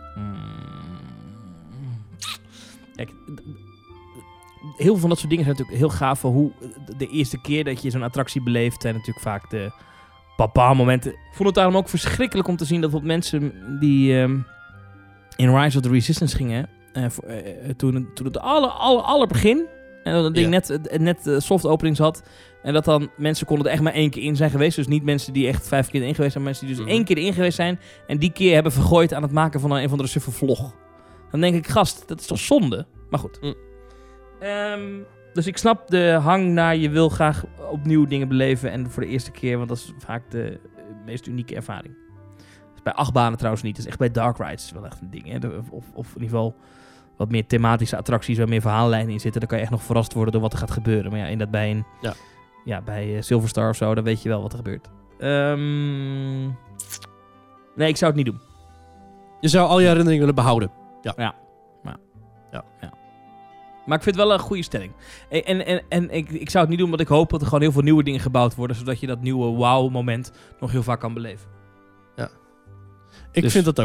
Kijk, heel veel van dat soort dingen zijn natuurlijk heel gaaf. Van hoe de eerste keer dat je zo'n attractie beleeft, zijn natuurlijk vaak de papa-momenten. Ik vond het daarom ook verschrikkelijk om te zien dat wat mensen die um, in Rise of the Resistance gingen, uh, voor, uh, toen, toen het aller, aller, aller begin, en dat ding ja. net, net uh, soft openings had, en dat dan mensen konden er echt maar één keer in zijn geweest. Dus niet mensen die echt vijf keer in geweest zijn, mensen die dus mm-hmm. één keer in geweest zijn en die keer hebben vergooid aan het maken van een, een of andere suffe vlog. Dan denk ik, gast, dat is toch zonde? Maar goed. Mm. Um, dus ik snap de hang naar je wil graag opnieuw dingen beleven en voor de eerste keer, want dat is vaak de meest unieke ervaring. Dat is bij achtbanen trouwens niet. Dat is echt bij dark rides wel echt een ding. Hè? De, of, of in ieder geval wat meer thematische attracties waar meer verhaallijnen in zitten. Dan kan je echt nog verrast worden door wat er gaat gebeuren. Maar ja, in dat bij een, ja. Ja, bij uh, Silver Star of zo, dan weet je wel wat er gebeurt. Um, nee, ik zou het niet doen. Je zou al je herinneringen willen behouden. Ja. Ja. Ja. Ja. ja. Maar ik vind het wel een goede stelling. En, en, en, en ik, ik zou het niet doen, want ik hoop dat er gewoon heel veel nieuwe dingen gebouwd worden, zodat je dat nieuwe wow-moment nog heel vaak kan beleven. Ja. Ik dus, vind dat ook.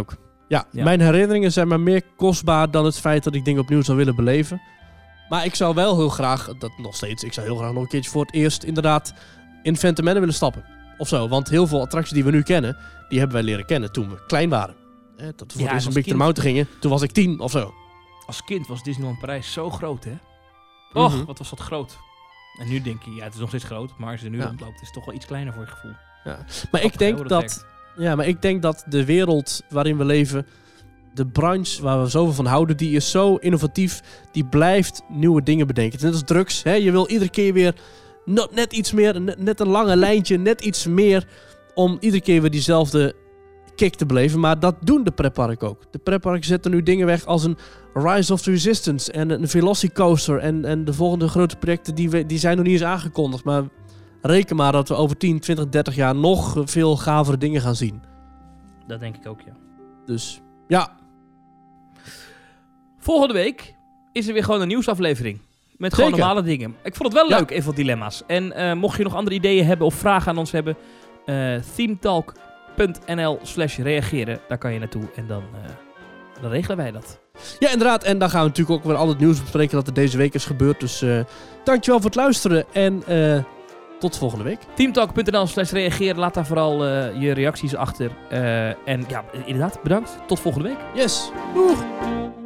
Ja, ja, mijn herinneringen zijn maar meer kostbaar dan het feit dat ik dingen opnieuw zou willen beleven. Maar ik zou wel heel graag, dat nog steeds, ik zou heel graag nog een keertje voor het eerst inderdaad in Phantom Manor willen stappen. Of zo, want heel veel attracties die we nu kennen, die hebben wij leren kennen toen we klein waren. Eh, dat we voor Ja, het eerst als een Big Thunder Mountain gingen, toen was ik tien of zo. Als kind was Disneyland Parijs zo groot, hè? Och, Mhm. wat was dat groot. En nu denk je, ja, het is nog steeds groot, maar als je er nu Ja. rondloopt, is het toch wel iets kleiner voor je gevoel. Ja. Maar ik denk dat, ja, maar ik denk dat de wereld waarin we leven, de branche waar we zoveel van houden, die is zo innovatief, die blijft nieuwe dingen bedenken. Het is net als drugs, hè? Je wil iedere keer weer no- net iets meer, net, net een lange lijntje, net iets meer, om iedere keer weer diezelfde kick te beleven. Maar dat doen de pretparken ook. De pretparken zetten nu dingen weg als een Rise of the Resistance en een Velocicoaster en, en de volgende grote projecten, die, we, die zijn nog niet eens aangekondigd. Maar reken maar dat we over tien, twintig, dertig jaar nog veel gavere dingen gaan zien. Dat denk ik ook, ja. Dus, ja. Volgende week is er weer gewoon een nieuwsaflevering. Met gewoon Zeker. normale dingen. Ik vond het wel Ja. leuk, even wat dilemma's. En uh, mocht je nog andere ideeën hebben of vragen aan ons hebben, uh, themetalk.nl slash reageren. Daar kan je naartoe en dan, uh, dan regelen wij dat. Ja, inderdaad. En dan gaan we natuurlijk ook weer al het nieuws bespreken dat er deze week is gebeurd. Dus uh, dankjewel voor het luisteren en uh, tot volgende week. themetalk.nl slash reageren. Laat daar vooral uh, je reacties achter. Uh, en ja, inderdaad, bedankt. Tot volgende week. Yes. Doeg.